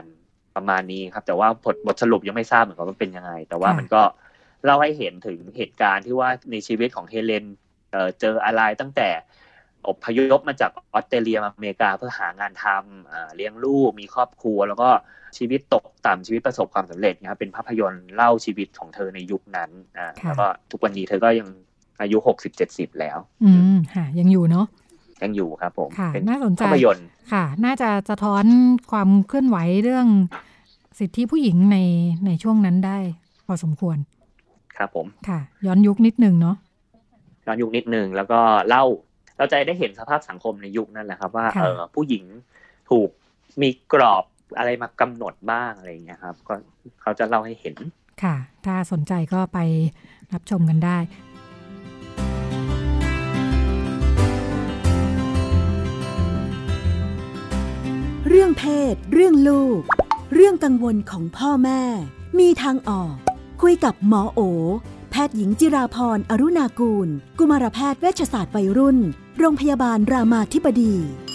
ประมาณนี้ครับแต่ว่าบทบทสรุปยังไม่ทราบเหมือนกันว่าเป็นยังไงแต่ว่ามันก็เล่าให้เห็นถึงเหตุการณ์ที่ว่าในชีวิตของเฮเลน เอ่อเจออะไรตั้งแต่อพยพมาจากออสเตรเลียมาอเมริกาเพื่อหางานทำเลี้ยงลูกมีครอบครัวแล้วก็ชีวิตตกต่ำชีวิตประสบความสำเร็จนะครับเป็นภาพยนตร์เล่าชีวิตของเธอในยุคนั้นแล้วก็ทุกวันนี้เธอก็ยังอายุหกสิบ เจ็ดสิบแล้วอืมค่ะยังอยู่เนาะยังอยู่ครับผมเป็นน่าสนใจภาพยนตร์ค่ะน่าจะสะท้อนความเคลื่อนไหวเรื่องสิทธิผู้หญิงในในช่วงนั้นได้พอสมควรครับผมค่ะย้อนยุคนิดนึงเนาะย้อนยุคนิดนึงแล้วก็เล่าเราจะได้เห็นสภาพสังคมในยุคนั้นแหละครับว่าเออผู้หญิงถูกมีกรอบอะไรมากำหนดบ้างอะไรอย่างเงี้ยครับก็เขาจะเล่าให้เห็นค่ะถ้าสนใจก็ไปรับชมกันได้เรื่องเพศเรื่องลูกเรื่องกังวลของพ่อแม่มีทางออกคุยกับหมอโอแพทย์หญิงจิราพรอรุณากูลกุมารแพทย์เวชศาสตร์วัยรุ่นโรงพยาบาลรามาธิบดี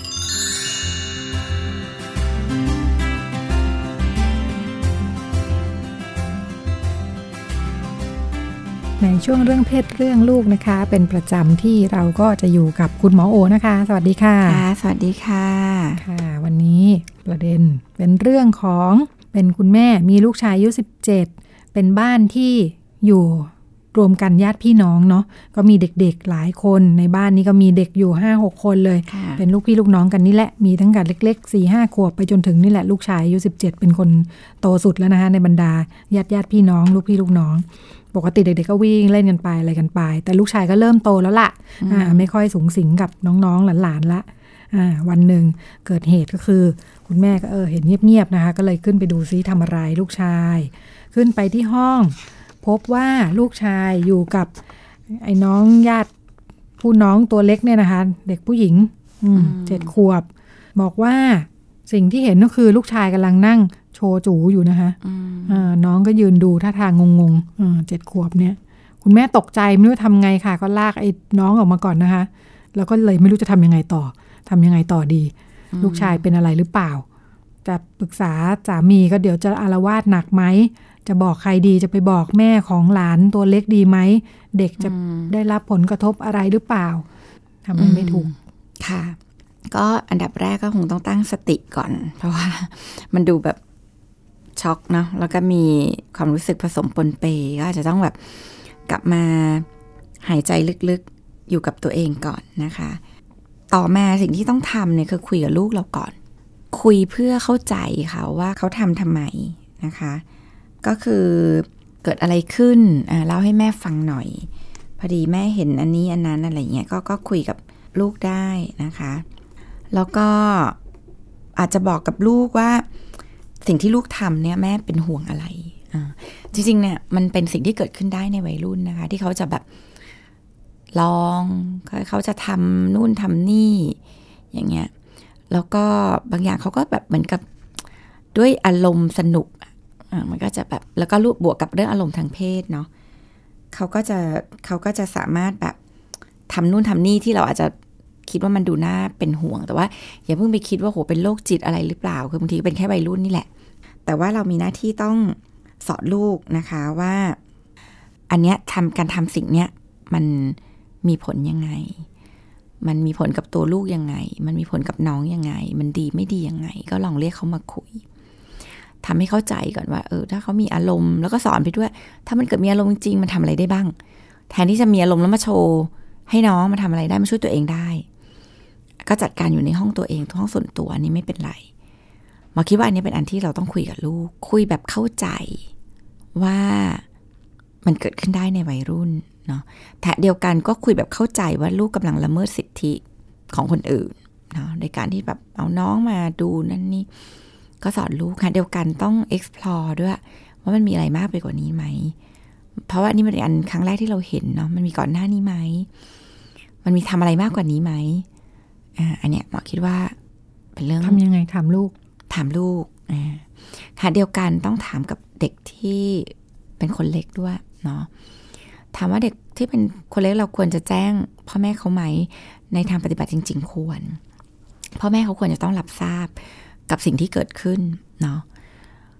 ในช่วงเรื่องเพศเรื่องลูกนะคะเป็นประจำที่เราก็จะอยู่กับคุณหมอโอนะคะสวัสดีค่ะค่ะสวัสดีค่ะค่ะวันนี้ประเด็นเป็นเรื่องของเป็นคุณแม่มีลูกชายอายุสิบเจ็ดเป็นบ้านที่อยู่รวมกันญาติพี่น้องเนาะก็มีเด็กๆหลายคนในบ้านนี้ก็มีเด็กอยู่ ห้าหก คนเลยเป็นลูกพี่ลูกน้องกันนี่แหละมีทั้งกันเล็กๆ สี่ห้า ขวบไปจนถึงนี่แหละลูกชายอายุสิบเจ็ดเป็นคนโตสุดแล้วนะคะในบรรดาญาติญาติพี่น้องลูกพี่ลูกน้องปกติเด็กๆก็วิ่งเล่นกันไปอะไรกันไปแต่ลูกชายก็เริ่มโตแล้วล่ะอ่าไม่ค่อยสูงสิงกับน้องๆหลานๆละอ่าวันหนึ่งเกิดเหตุก็คือคุณแม่ก็เออเห็นเงียบๆนะคะก็เลยขึ้นไปดูซิทำอะไรลูกชายขึ้นไปที่ห้องพบว่าลูกชายอยู่กับไอ้น้องญาติผู้น้องตัวเล็กเนี่ยนะคะเด็กผู้หญิงเจ็ดขวบบอกว่าสิ่งที่เห็นก็คือลูกชายกำลังนั่งโชว์จูอยู่นะคะน้องก็ยืนดูท่าทางงงๆเจ็ดขวบเนี่ยคุณแม่ตกใจไม่รู้ทำไงค่ะก็ลากไอ้น้องออกมาก่อนนะคะแล้วก็เลยไม่รู้จะทำยังไงต่อทำยังไงต่อดีลูกชายเป็นอะไรหรือเปล่าจะปรึกษาสามีก็เดี๋ยวจะอาละวาดหนักไหมจะบอกใครดีจะไปบอกแม่ของหลานตัวเล็กดีไหมเด็กจะได้รับผลกระทบอะไรหรือเปล่าทำอะไรไม่ถูกค่ะก็อันดับแรกก็คงต้องตั้งสติก่อนเพราะว่ามันดูแบบช็อกเนาะแล้วก็มีความรู้สึกผสมปนเปก็อาจจะต้องแบบกลับมาหายใจลึกๆอยู่กับตัวเองก่อนนะคะต่อมาสิ่งที่ต้องทำเนี่ยคือคุยกับลูกเราก่อนคุยเพื่อเข้าใจเขาว่าเขาทำทำไมนะคะก็คือเกิดอะไรขึ้นอ่าเล่าให้แม่ฟังหน่อยพอดีแม่เห็นอันนี้อันนั้นอะไรเงี้ยก็ก็คุยกับลูกได้นะคะแล้วก็อาจจะบอกกับลูกว่าสิ่งที่ลูกทำเนี่ยแม่เป็นห่วงอะไรอ่าจริงๆเนี่ยมันเป็นสิ่งที่เกิดขึ้นได้ในวัยรุ่นนะคะที่เขาจะแบบลองเขาจะทำนู่นทำนี่อย่างเงี้ยแล้วก็บางอย่างเขาก็แบบเหมือนกับด้วยอารมณ์สนุกมันก็จะแบบแล้วก็รูปบวกกับเรื่องอารมณ์ทางเพศเนาะเขาก็จะเขาก็จะสามารถแบบทำนู่นทำนี่ที่เราอาจจะคิดว่ามันดูน่าเป็นห่วงแต่ว่าอย่าเพิ่งไปคิดว่าโหเป็นโรคจิตอะไรหรือเปล่าคือบางทีเป็นแค่วัยรุ่นนี่แหละแต่ว่าเรามีหน้าที่ต้องสอนลูกนะคะว่าอันเนี้ยทำการทำสิ่งเนี้ยมันมีผลยังไงมันมีผลกับตัวลูกยังไงมันมีผลกับน้องยังไงมันดีไม่ดียังไงก็ลองเรียกเขามาคุยทำให้เข้าใจก่อนว่าเออถ้าเขามีอารมณ์แล้วก็สอนไปด้วยถ้ามันเกิดมีอารมณ์จริงมันทำอะไรได้บ้างแทนที่จะมีอารมณ์แล้วมาโชว์ให้น้องมาทำอะไรได้มาช่วยตัวเองได้ก็จัดการอยู่ในห้องตัวเองห้องส่วนตัวอันนี้ไม่เป็นไรหมอคิดว่าอันนี้เป็นอันที่เราต้องคุยกับลูกคุยแบบเข้าใจว่ามันเกิดขึ้นได้ในวัยรุ่นเนาะแต่เดียวกันก็คุยแบบเข้าใจว่าลูกกำลังละเมิดสิทธิของคนอื่นเนาะในการที่แบบเอาน้องมาดูนั่นนี่ก็สอนลูกค่ะเดียวกันต้อง explore ด้วยว่ามันมีอะไรมากไปกว่านี้ไหมเพราะว่านี่มันเป็นอันครั้งแรกที่เราเห็นเนาะมันมีก่อนหน้านี้ไหมมันมีทำอะไรมากกว่านี้ไหมอ่าอันเนี้ยหมอคิดว่าเป็นเรื่องทำยังไงถามลูกถามลูกอ่าค่ะเดียวกันต้องถามกับเด็กที่เป็นคนเล็กด้วยเนาะถามว่าเด็กที่เป็นคนเล็กเราควรจะแจ้งพ่อแม่เขาไหมในทางปฏิบัติจริงๆควรพ่อแม่เขาควรจะต้องรับทราบกับสิ่งที่เกิดขึ้นเนาะ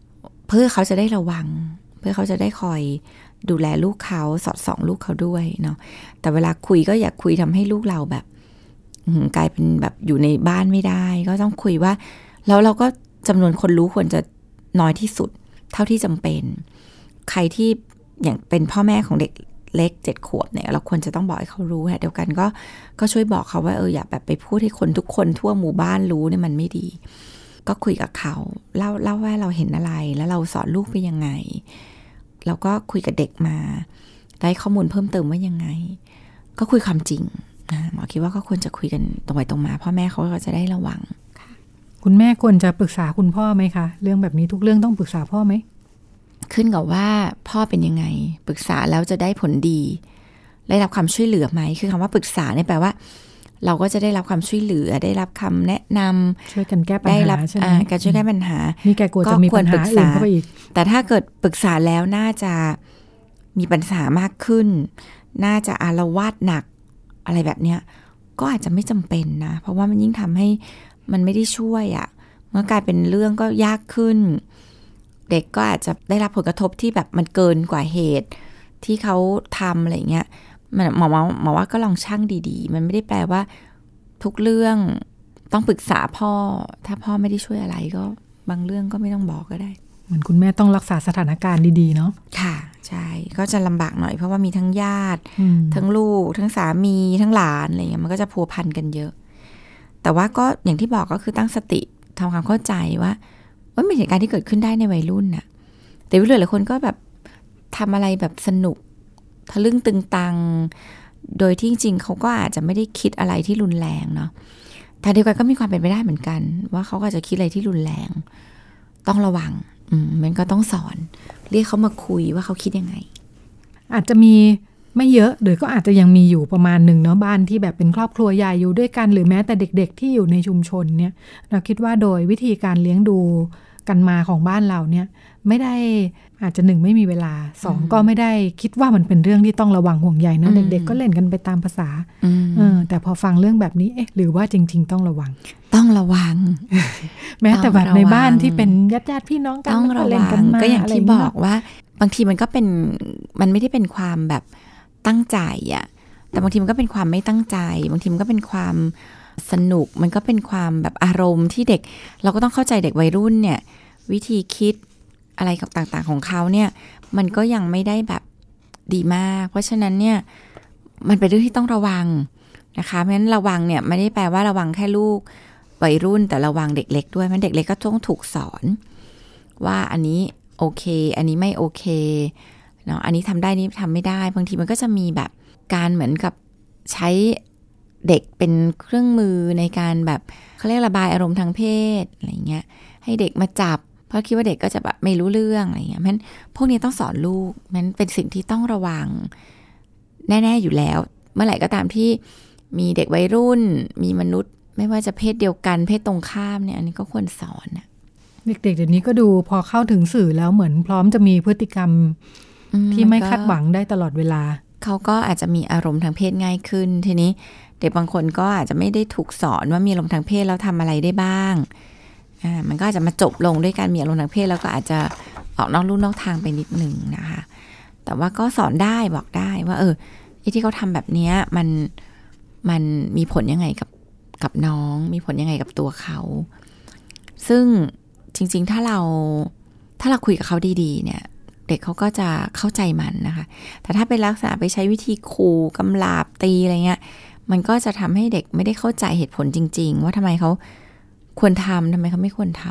เพื่อเขาจะได้ระวังเพื่อเขาจะได้คอยดูแลลูกเขาสอดส่องลูกเขาด้วยเนาะแต่เวลาคุยก็อย่าคุยทำให้ลูกเราแบบกลายเป็นแบบอยู่ในบ้านไม่ได้ก็ต้องคุยว่าแล้วเราก็จำนวนคนรู้ควรจะน้อยที่สุดเท่าที่จำเป็นใครที่อย่างเป็นพ่อแม่ของเด็กเล็กเจ็ดขวบเนี่ยเราควรจะต้องบอกให้เขารู้เดียวกันก็ก็ช่วยบอกเขาว่าเอออย่าแบบไปพูดให้คนทุกคนทั่วหมู่บ้านรู้เนี่ยมันไม่ดีก็คุยกับเขาเล่าเล่าว่าเราเห็นอะไรแล้วเราสอนลูกไปยังไงแล้วก็คุยกับเด็กมาได้ข้อมูลเพิ่มเติมว่ายังไงก็คุยความจริงนะหมอคิดว่าก็ควรจะคุยกันตรงไปตรงมาพ่อแม่เขาก็จะได้ระวังคุณแม่ควรจะปรึกษาคุณพ่อไหมคะเรื่องแบบนี้ทุกเรื่องต้องปรึกษาพ่อไหมขึ้นกับว่าพ่อเป็นยังไงปรึกษาแล้วจะได้ผลดีได้รับความช่วยเหลือไหมคือคำว่าปรึกษาเนี่ยแปลว่าเราก็จะได้รับความช่วยเหลือได้รับคำแนะนำช่วยกันแก้ปัญหาใช่ไหมการช่วยแก้ปัญหามีแกกลัวจะมีปัญหาอื่นเข้าไปอีกแต่ถ้าเกิดปรึกษาแล้วน่าจะมีปัญหามากขึ้นน่าจะอาละวาดหนักอะไรแบบเนี้ยก็อาจจะไม่จำเป็นนะเพราะว่ามันยิ่งทำให้มันไม่ได้ช่วยอะ่ะเมื่อกลายเป็นเรื่องก็ยากขึ้นเด็กก็อาจจะได้รับผลกระทบที่แบบมันเกินกว่าเหตุที่เขาทำอะไรเงี้ยหมอว่าหมอว่าก็ลองชั่งดีๆมันไม่ได้แปลว่าทุกเรื่องต้องปรึกษาพ่อถ้าพ่อไม่ได้ช่วยอะไรก็บางเรื่องก็ไม่ต้องบอกก็ได้เหมือนคุณแม่ต้องรักษาสถานการณ์ดีๆเนาะค่ะใช่ก็จะลำบากหน่อยเพราะว่ามีทั้งญาติทั้งลูกทั้งสามีทั้งหลานอะไรเงี้ยมันก็จะพัวพันกันเยอะแต่ว่าก็อย่างที่บอกก็คือตั้งสติทำความเข้าใจว่าว่าเป็นเหตุการณ์ที่เกิดขึ้นได้ในวัยรุ่นน่ะแต่วิลเลอร์หลายคนก็แบบทำอะไรแบบสนุกทะลึ่งตึงตังโดยที่จริงๆเขาก็อาจจะไม่ได้คิดอะไรที่รุนแรงเนาะแต่เดียวกันก็มีความเป็นไปได้เหมือนกันว่าเขาก็จะคิดอะไรที่รุนแรงต้องระวังอืมมันก็ต้องสอนเรียกเขามาคุยว่าเขาคิดยังไงอาจจะมีไม่เยอะหรือก็อาจจะยังมีอยู่ประมาณหนึ่งเนาะบ้านที่แบบเป็นครอบครัวใหญ่อยู่ด้วยกันหรือแม้แต่เด็กๆที่อยู่ในชุมชนเนี่ยเราคิดว่าโดยวิธีการเลี้ยงดูกันมาของบ้านเราเนี่ยไม่ได้อาจจะหนึ่งไม่มีเวลาสองก็ไม่ได้คิดว่ามันเป็นเรื่องที่ต้องระวังห่วงใยนะเด็กๆก็เล่นกันไปตามภาษาเออแต่พอฟังเรื่องแบบนี้เอ๊ะหรือว่าจริงๆต้องระวังต้องระวังแม้แต่แบบในบ้านที่เป็นญาติๆพี่น้องกันต้องระวังก็อย่างที่บอกว่าบางทีมันก็เป็นมันไม่ได้เป็นความแบบตั้งใจอ่ะแต่บางทีมันก็เป็นความไม่ตั้งใจบางทีมันก็เป็นความสนุกมันก็เป็นความแบบอารมณ์ที่เด็กเราก็ต้องเข้าใจเด็กวัยรุ่นเนี่ยวิธีคิดอะไรกับต่างๆของเขาเนี่ยมันก็ยังไม่ได้แบบดีมากเพราะฉะนั้นเนี่ยมันเป็นเรื่องที่ต้องระวังนะคะเพราะฉะนั้นระวังเนี่ยไม่ได้แปลว่าระวังแค่ลูกวัยรุ่นแต่ระวังเด็กเล็กด้วยมันเด็กเล็กก็ต้องถูกสอนว่าอันนี้โอเคอันนี้ไม่โอเคเนาะอันนี้ทำได้นี้ทำไม่ได้บางทีมันก็จะมีแบบการเหมือนกับใช้เด็กเป็นเครื่องมือในการแบบเขาเรียกระบายอารมณ์ทางเพศอะไรเงี้ยให้เด็กมาจับเพราะคิดว่าเด็กก็จะแบบไม่รู้เรื่องอะไรเงี้ยเพราะฉะนั้นพวกนี้ต้องสอนลูกมันเป็นสิ่งที่ต้องระวังแน่ๆอยู่แล้วเมื่อไหร่ก็ตามที่มีเด็กวัยรุ่นมีมนุษย์ไม่ว่าจะเพศเดียวกันเพศตรงข้ามเนี่ยอันนี้ก็ควรสอนนะเด็กๆเดี๋ยวนี้ก็ดูพอเข้าถึงสื่อแล้วเหมือนพร้อมจะมีพฤติกรรมที่ไม่คาดหวังได้ตลอดเวลาเขาก็อาจจะมีอารมณ์ทางเพศง่ายขึ้นทีนี้เด็กบางคนก็อาจจะไม่ได้ถูกสอนว่ามีอารมณ์ทางเพศแล้วทำอะไรได้บ้างอ่ามันก็อาจจะมาจบลงด้วยการมีอารมณ์ทางเพศแล้วก็อาจจะออกนอกลู่นอกทางไปนิดหนึ่งนะคะแต่ว่าก็สอนได้บอกได้ว่าเออไอ้ที่เขาทำแบบนี้มันมันมีผลยังไงกับกับน้องมีผลยังไงกับตัวเขาซึ่งจริงๆถ้าเราถ้าเราคุยกับเขาดีๆเนี่ยเด็กเขาก็จะเข้าใจมันนะคะแต่ถ้าเป็นลักษณะไปใช้วิธีขู่กำลาบตีอะไรเงี้ยมันก็จะทำให้เด็กไม่ได้เข้าใจเหตุผลจริงๆว่าทำไมเขาควรทำทำไมเขาไม่ควรท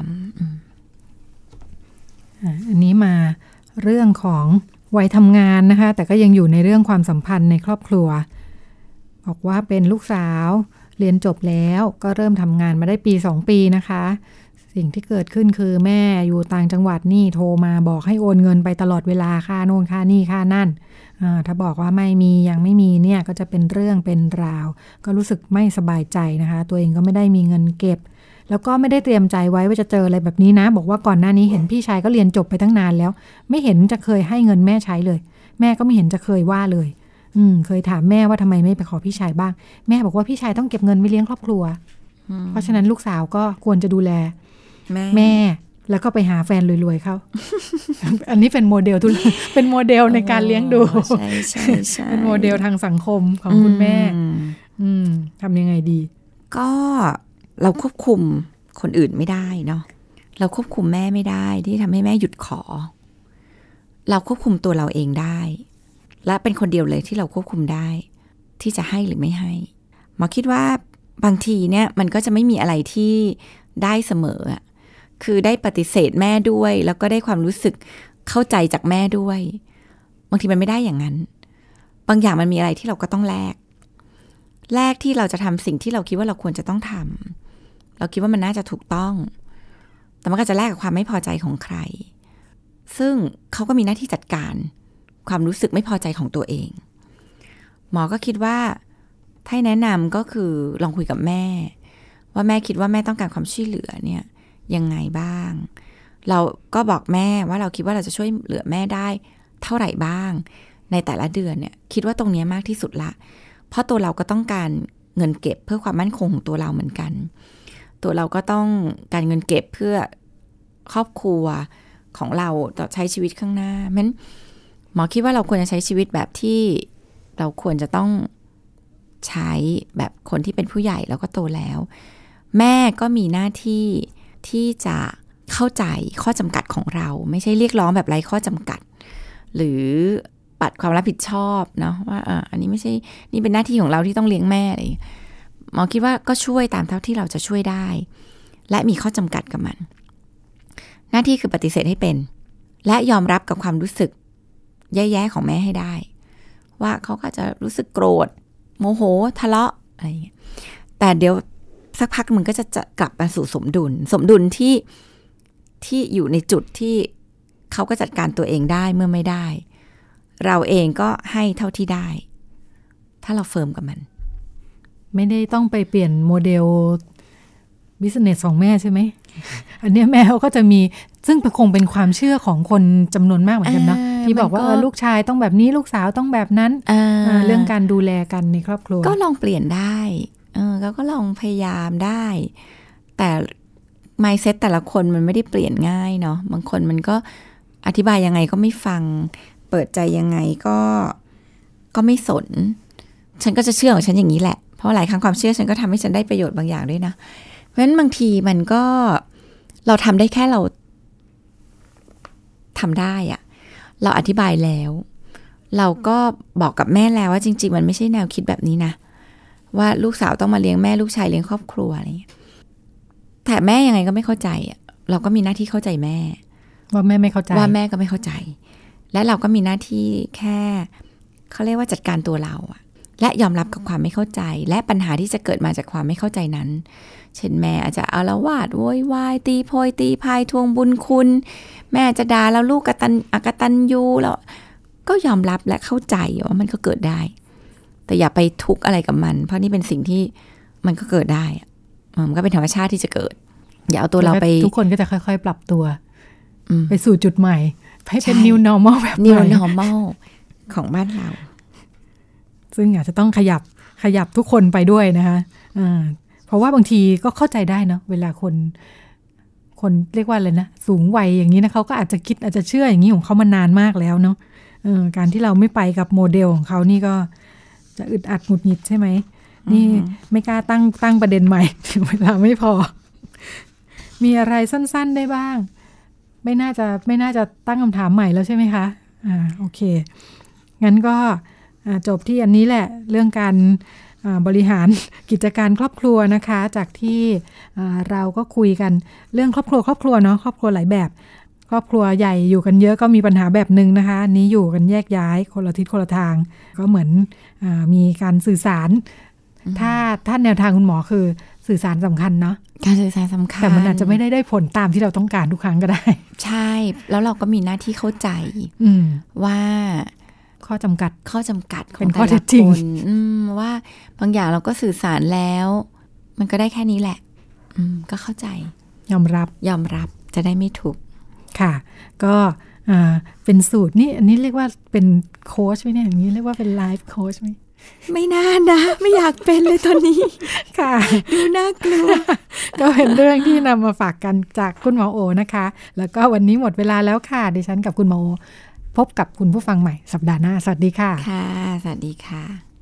ำอันนี้มาเรื่องของวัยทำงานนะคะแต่ก็ยังอยู่ในเรื่องความสัมพันธ์ในครอบครัวบอกว่าเป็นลูกสาวเรียนจบแล้วก็เริ่มทำงานมาได้ปีสองปีนะคะสิ่งที่เกิดขึ้นคือแม่อยู่ต่างจังหวัดนี่โทรมาบอกให้โอนเงินไปตลอดเวลาค่าโน่นค่านี่ค่านั่นถ้าบอกว่าไม่มียังไม่มีเนี่ยก็จะเป็นเรื่องเป็นราวก็รู้สึกไม่สบายใจนะคะตัวเองก็ไม่ได้มีเงินเก็บแล้วก็ไม่ได้เตรียมใจไว้ว่าจะเจออะไรแบบนี้นะบอกว่าก่อนหน้านี้เห็นพี่ชายก็เรียนจบไปตั้งนานแล้วไม่เห็นจะเคยให้เงินแม่ใช้เลยแม่ก็ไม่เห็นจะเคยว่าเลยอืมเคยถามแม่ว่าทำไมไม่ไปขอพี่ชายบ้างแม่บอกว่าพี่ชายต้องเก็บเงินไว้เลี้ยงครอบครัวเพราะฉะนั้นลูกสาวก็ควรจะดูแลแม่แม่แล้วก็ไปหาแฟนรวยๆเขา อันนี้เป็นโมเดลทุน เป็นโมเดลในการเลี้ยงดูใช่ใช่ใช่เป็นโมเดลทางสังคมของคุณแม่อืมทำยังไงดีก็เราควบคุมคนอื่นไม่ได้เนาะเราควบคุมแม่ไม่ได้ที่ทำให้แม่หยุดขอเราควบคุมตัวเราเองได้และเป็นคนเดียวเลยที่เราควบคุมได้ที่จะให้หรือไม่ให้หมอคิดว่าบางทีเนี่ยมันก็จะไม่มีอะไรที่ได้เสมอคือได้ปฏิเสธแม่ด้วยแล้วก็ได้ความรู้สึกเข้าใจจากแม่ด้วยบางทีมันไม่ได้อย่างนั้นบางอย่างมันมีอะไรที่เราก็ต้องแลกแลกที่เราจะทำสิ่งที่เราคิดว่าเราควรจะต้องทำเราคิดว่ามันน่าจะถูกต้องแต่มันก็จะแลกกับความไม่พอใจของใครซึ่งเขาก็มีหน้าที่จัดการความรู้สึกไม่พอใจของตัวเองหมอก็คิดว่าถ้าแนะนำก็คือลองคุยกับแม่ว่าแม่คิดว่าแม่ต้องการความช่วยเหลือเนี่ยยังไงบ้างเราก็บอกแม่ว่าเราคิดว่าเราจะช่วยเหลือแม่ได้เท่าไหร่บ้างในแต่ละเดือนเนี่ยคิดว่าตรงนี้มากที่สุดละเพราะตัวเราก็ต้องการเงินเก็บเพื่อความมั่นคงของตัวเราเหมือนกันตัวเราก็ต้องการเงินเก็บเพื่อครอบครัวของเราต่อใช้ชีวิตข้างหน้างั้นหมอคิดว่าเราควรจะใช้ชีวิตแบบที่เราควรจะต้องใช้แบบคนที่เป็นผู้ใหญ่แล้วก็โตแล้วแม่ก็มีหน้าที่ที่จะเข้าใจข้อจำกัดของเราไม่ใช่เรียกร้องแบบไร้ข้อจำกัดหรือปัดความรับผิดชอบเนาะว่าอ่าอันนี้ไม่ใช่นี่เป็นหน้าที่ของเราที่ต้องเลี้ยงแม่อะไรหมอคิดว่าก็ช่วยตามเท่าที่เราจะช่วยได้และมีข้อจำกัดกับมันหน้าที่คือปฏิเสธให้เป็นและยอมรับกับความรู้สึกแย่ๆของแม่ให้ได้ว่าเขาก็จะรู้สึกโกรธโมโหทะเลาะอะไรอย่างเงี้ยแต่เดี๋ยวสักพักมันก็จะจะกลับมาสู่สมดุลสมดุลที่ที่อยู่ในจุดที่เขาก็จัดการตัวเองได้เมื่อไม่ได้เราเองก็ให้เท่าที่ได้ถ้าเราเฟิร์มกับมันไม่ได้ต้องไปเปลี่ยนโมเดลบิสเนสของแม่ใช่ไหม อันนี้แม่เขาก็จะมีซึ่งคงเป็นความเชื่อของคนจำนวนมากเหมือนกันเนาะที่บอกว่าลูกชายต้องแบบนี้ลูกสาวต้องแบบนั้นเรื่องการดูแลกันในครอบครัวก็ลองเปลี่ยนได้เออก็ลองพยายามได้แต่ mindset แต่ละคนมันไม่ได้เปลี่ยนง่ายเนาะบางคนมันก็อธิบายยังไงก็ไม่ฟังเปิดใจยังไงก็ก็ไม่สนฉันก็จะเชื่อของฉันอย่างนี้แหละเพราะหลายครั้งความเชื่อฉันก็ทำให้ฉันได้ประโยชน์บางอย่างด้วยนะเพราะฉะนั้นบางทีมันก็เราทำได้แค่เราทำได้อะเราอธิบายแล้วเราก็บอกกับแม่แล้วว่าจริงๆมันไม่ใช่แนวคิดแบบนี้นะว่าลูกสาวต้องมาเลี้ยงแม่ลูกชายเลี้ยงครอบครัวอะไรอย่างเงี้ยแต่แม่ยังไงก็ไม่เข้าใจอ่ะเราก็มีหน้าที่เข้าใจแม่ว่าแม่ไม่เข้าใจว่าแม่ก็ไม่เข้าใจและเราก็มีหน้าที่แค่เขาเรียกว่าจัดการตัวเราอะและยอมรับกับความไม่เข้าใจและปัญหาที่จะเกิดมาจากความไม่เข้าใจนั้นเช่นแม่อาจจะอาละวาดโวยวายตีโพยตีพายทวงบุญคุณแม่จะด่าแล้วลูกกตัญอกตัญญูแล้วก็ยอมรับและเข้าใจว่ามันก็เกิดได้แต่อย่าไปทุกข์อะไรกับมันเพราะนี่เป็นสิ่งที่มันก็เกิดได้มันก็เป็นธรรมชาติที่จะเกิดอย่าเอาตัวเราไปทุกคนก็จะค่อยๆปรับตัวไปสู่จุดใหม่ให้เป็น new normal แบบ new normal ของบ้านเราซึ่งอาจจะต้องขยับขยับทุกคนไปด้วยนะคะอ่าเพราะว่าบางทีก็เข้าใจได้เนาะเวลาคนคนเรียกว่าอะไรนะสูงวัยอย่างนี้นะเขาก็อาจจะคิดอาจจะเชื่ออย่างนี้ของเขามานานมากแล้วเนาะเออการที่เราไม่ไปกับโมเดลของเขานี่ก็จะอึดอัดหงุดหงิดใช่ไหมนี่ไม่กล้าตั้งตั้งประเด็นใหม่เวลาไม่พอมีอะไรสั้นๆได้บ้างไม่น่าจะไม่น่าจะตั้งคำถามใหม่แล้วใช่ไหมคะอ่าโอเคงั้นก็จบที่อันนี้แหละเรื่องการบริหารกิจการครอบครัวนะคะจากที่เราก็คุยกันเรื่องครอบครัวครอบครัวเนาะครอบครัวหลายแบบครอบครัวใหญ่อยู่กันเยอะก็มีปัญหาแบบนึงนะคะนี้อยู่กันแยกย้ายคนละทิศคนละทางก็เหมือนมีการสื่อสารถ้าถ้าแนวทางคุณหมอคือสื่อสารสำคัญเนาะการสื่อสารสำคัญแต่มันอาจจะไม่ได้ได้ผลตามที่เราต้องการทุกครั้งก็ได้ใช่แล้วเราก็มีหน้าที่เข้าใจว่าข้อจำกัดข้อจำกัดของแต่ละคนว่าบางอย่างเราก็สื่อสารแล้วมันก็ได้แค่นี้แหละก็เข้าใจยอมรับยอมรับจะได้ไม่ทุกข์ค่ะก็เป็นสูตรนี่อันนี้เรียกว่าเป็นโค้ชไหมเนี่ยอย่างนี้เรียกว่าเป็นไลฟ์โค้ชไหมไม่น่านะไม่อยากเป็นเลยตอนนี้ค่ะดูน่ากลัวก็เป็นเรื่องที่นำมาฝากกันจากคุณหมอโอนะคะแล้วก็วันนี้หมดเวลาแล้วค่ะดิฉันกับคุณหมอโอพบกับคุณผู้ฟังใหม่สัปดาห์หน้าสวัสดีค่ะค่ะสวัสดีค่ะ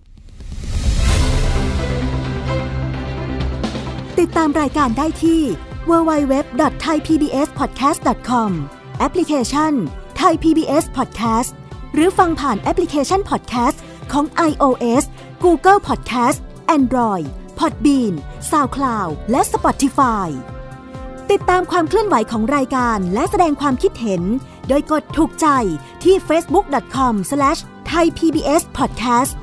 ติดตามรายการได้ที่ ดับเบิลยู ดับเบิลยู ดับเบิลยู ดอท ไทย พี บี เอส พอดแคสต์ ดอท คอม แอปพลิเคชัน Thai พี บี เอส Podcast หรือฟังผ่านแอปพลิเคชัน Podcast ของ iOS Google Podcast Android Podbean SoundCloud และ Spotify ติดตามความเคลื่อนไหวของรายการและแสดงความคิดเห็นโดยกดถูกใจที่ เฟซบุ๊ก ดอท คอม สแลช ไทย พี บี เอส พอดแคสต์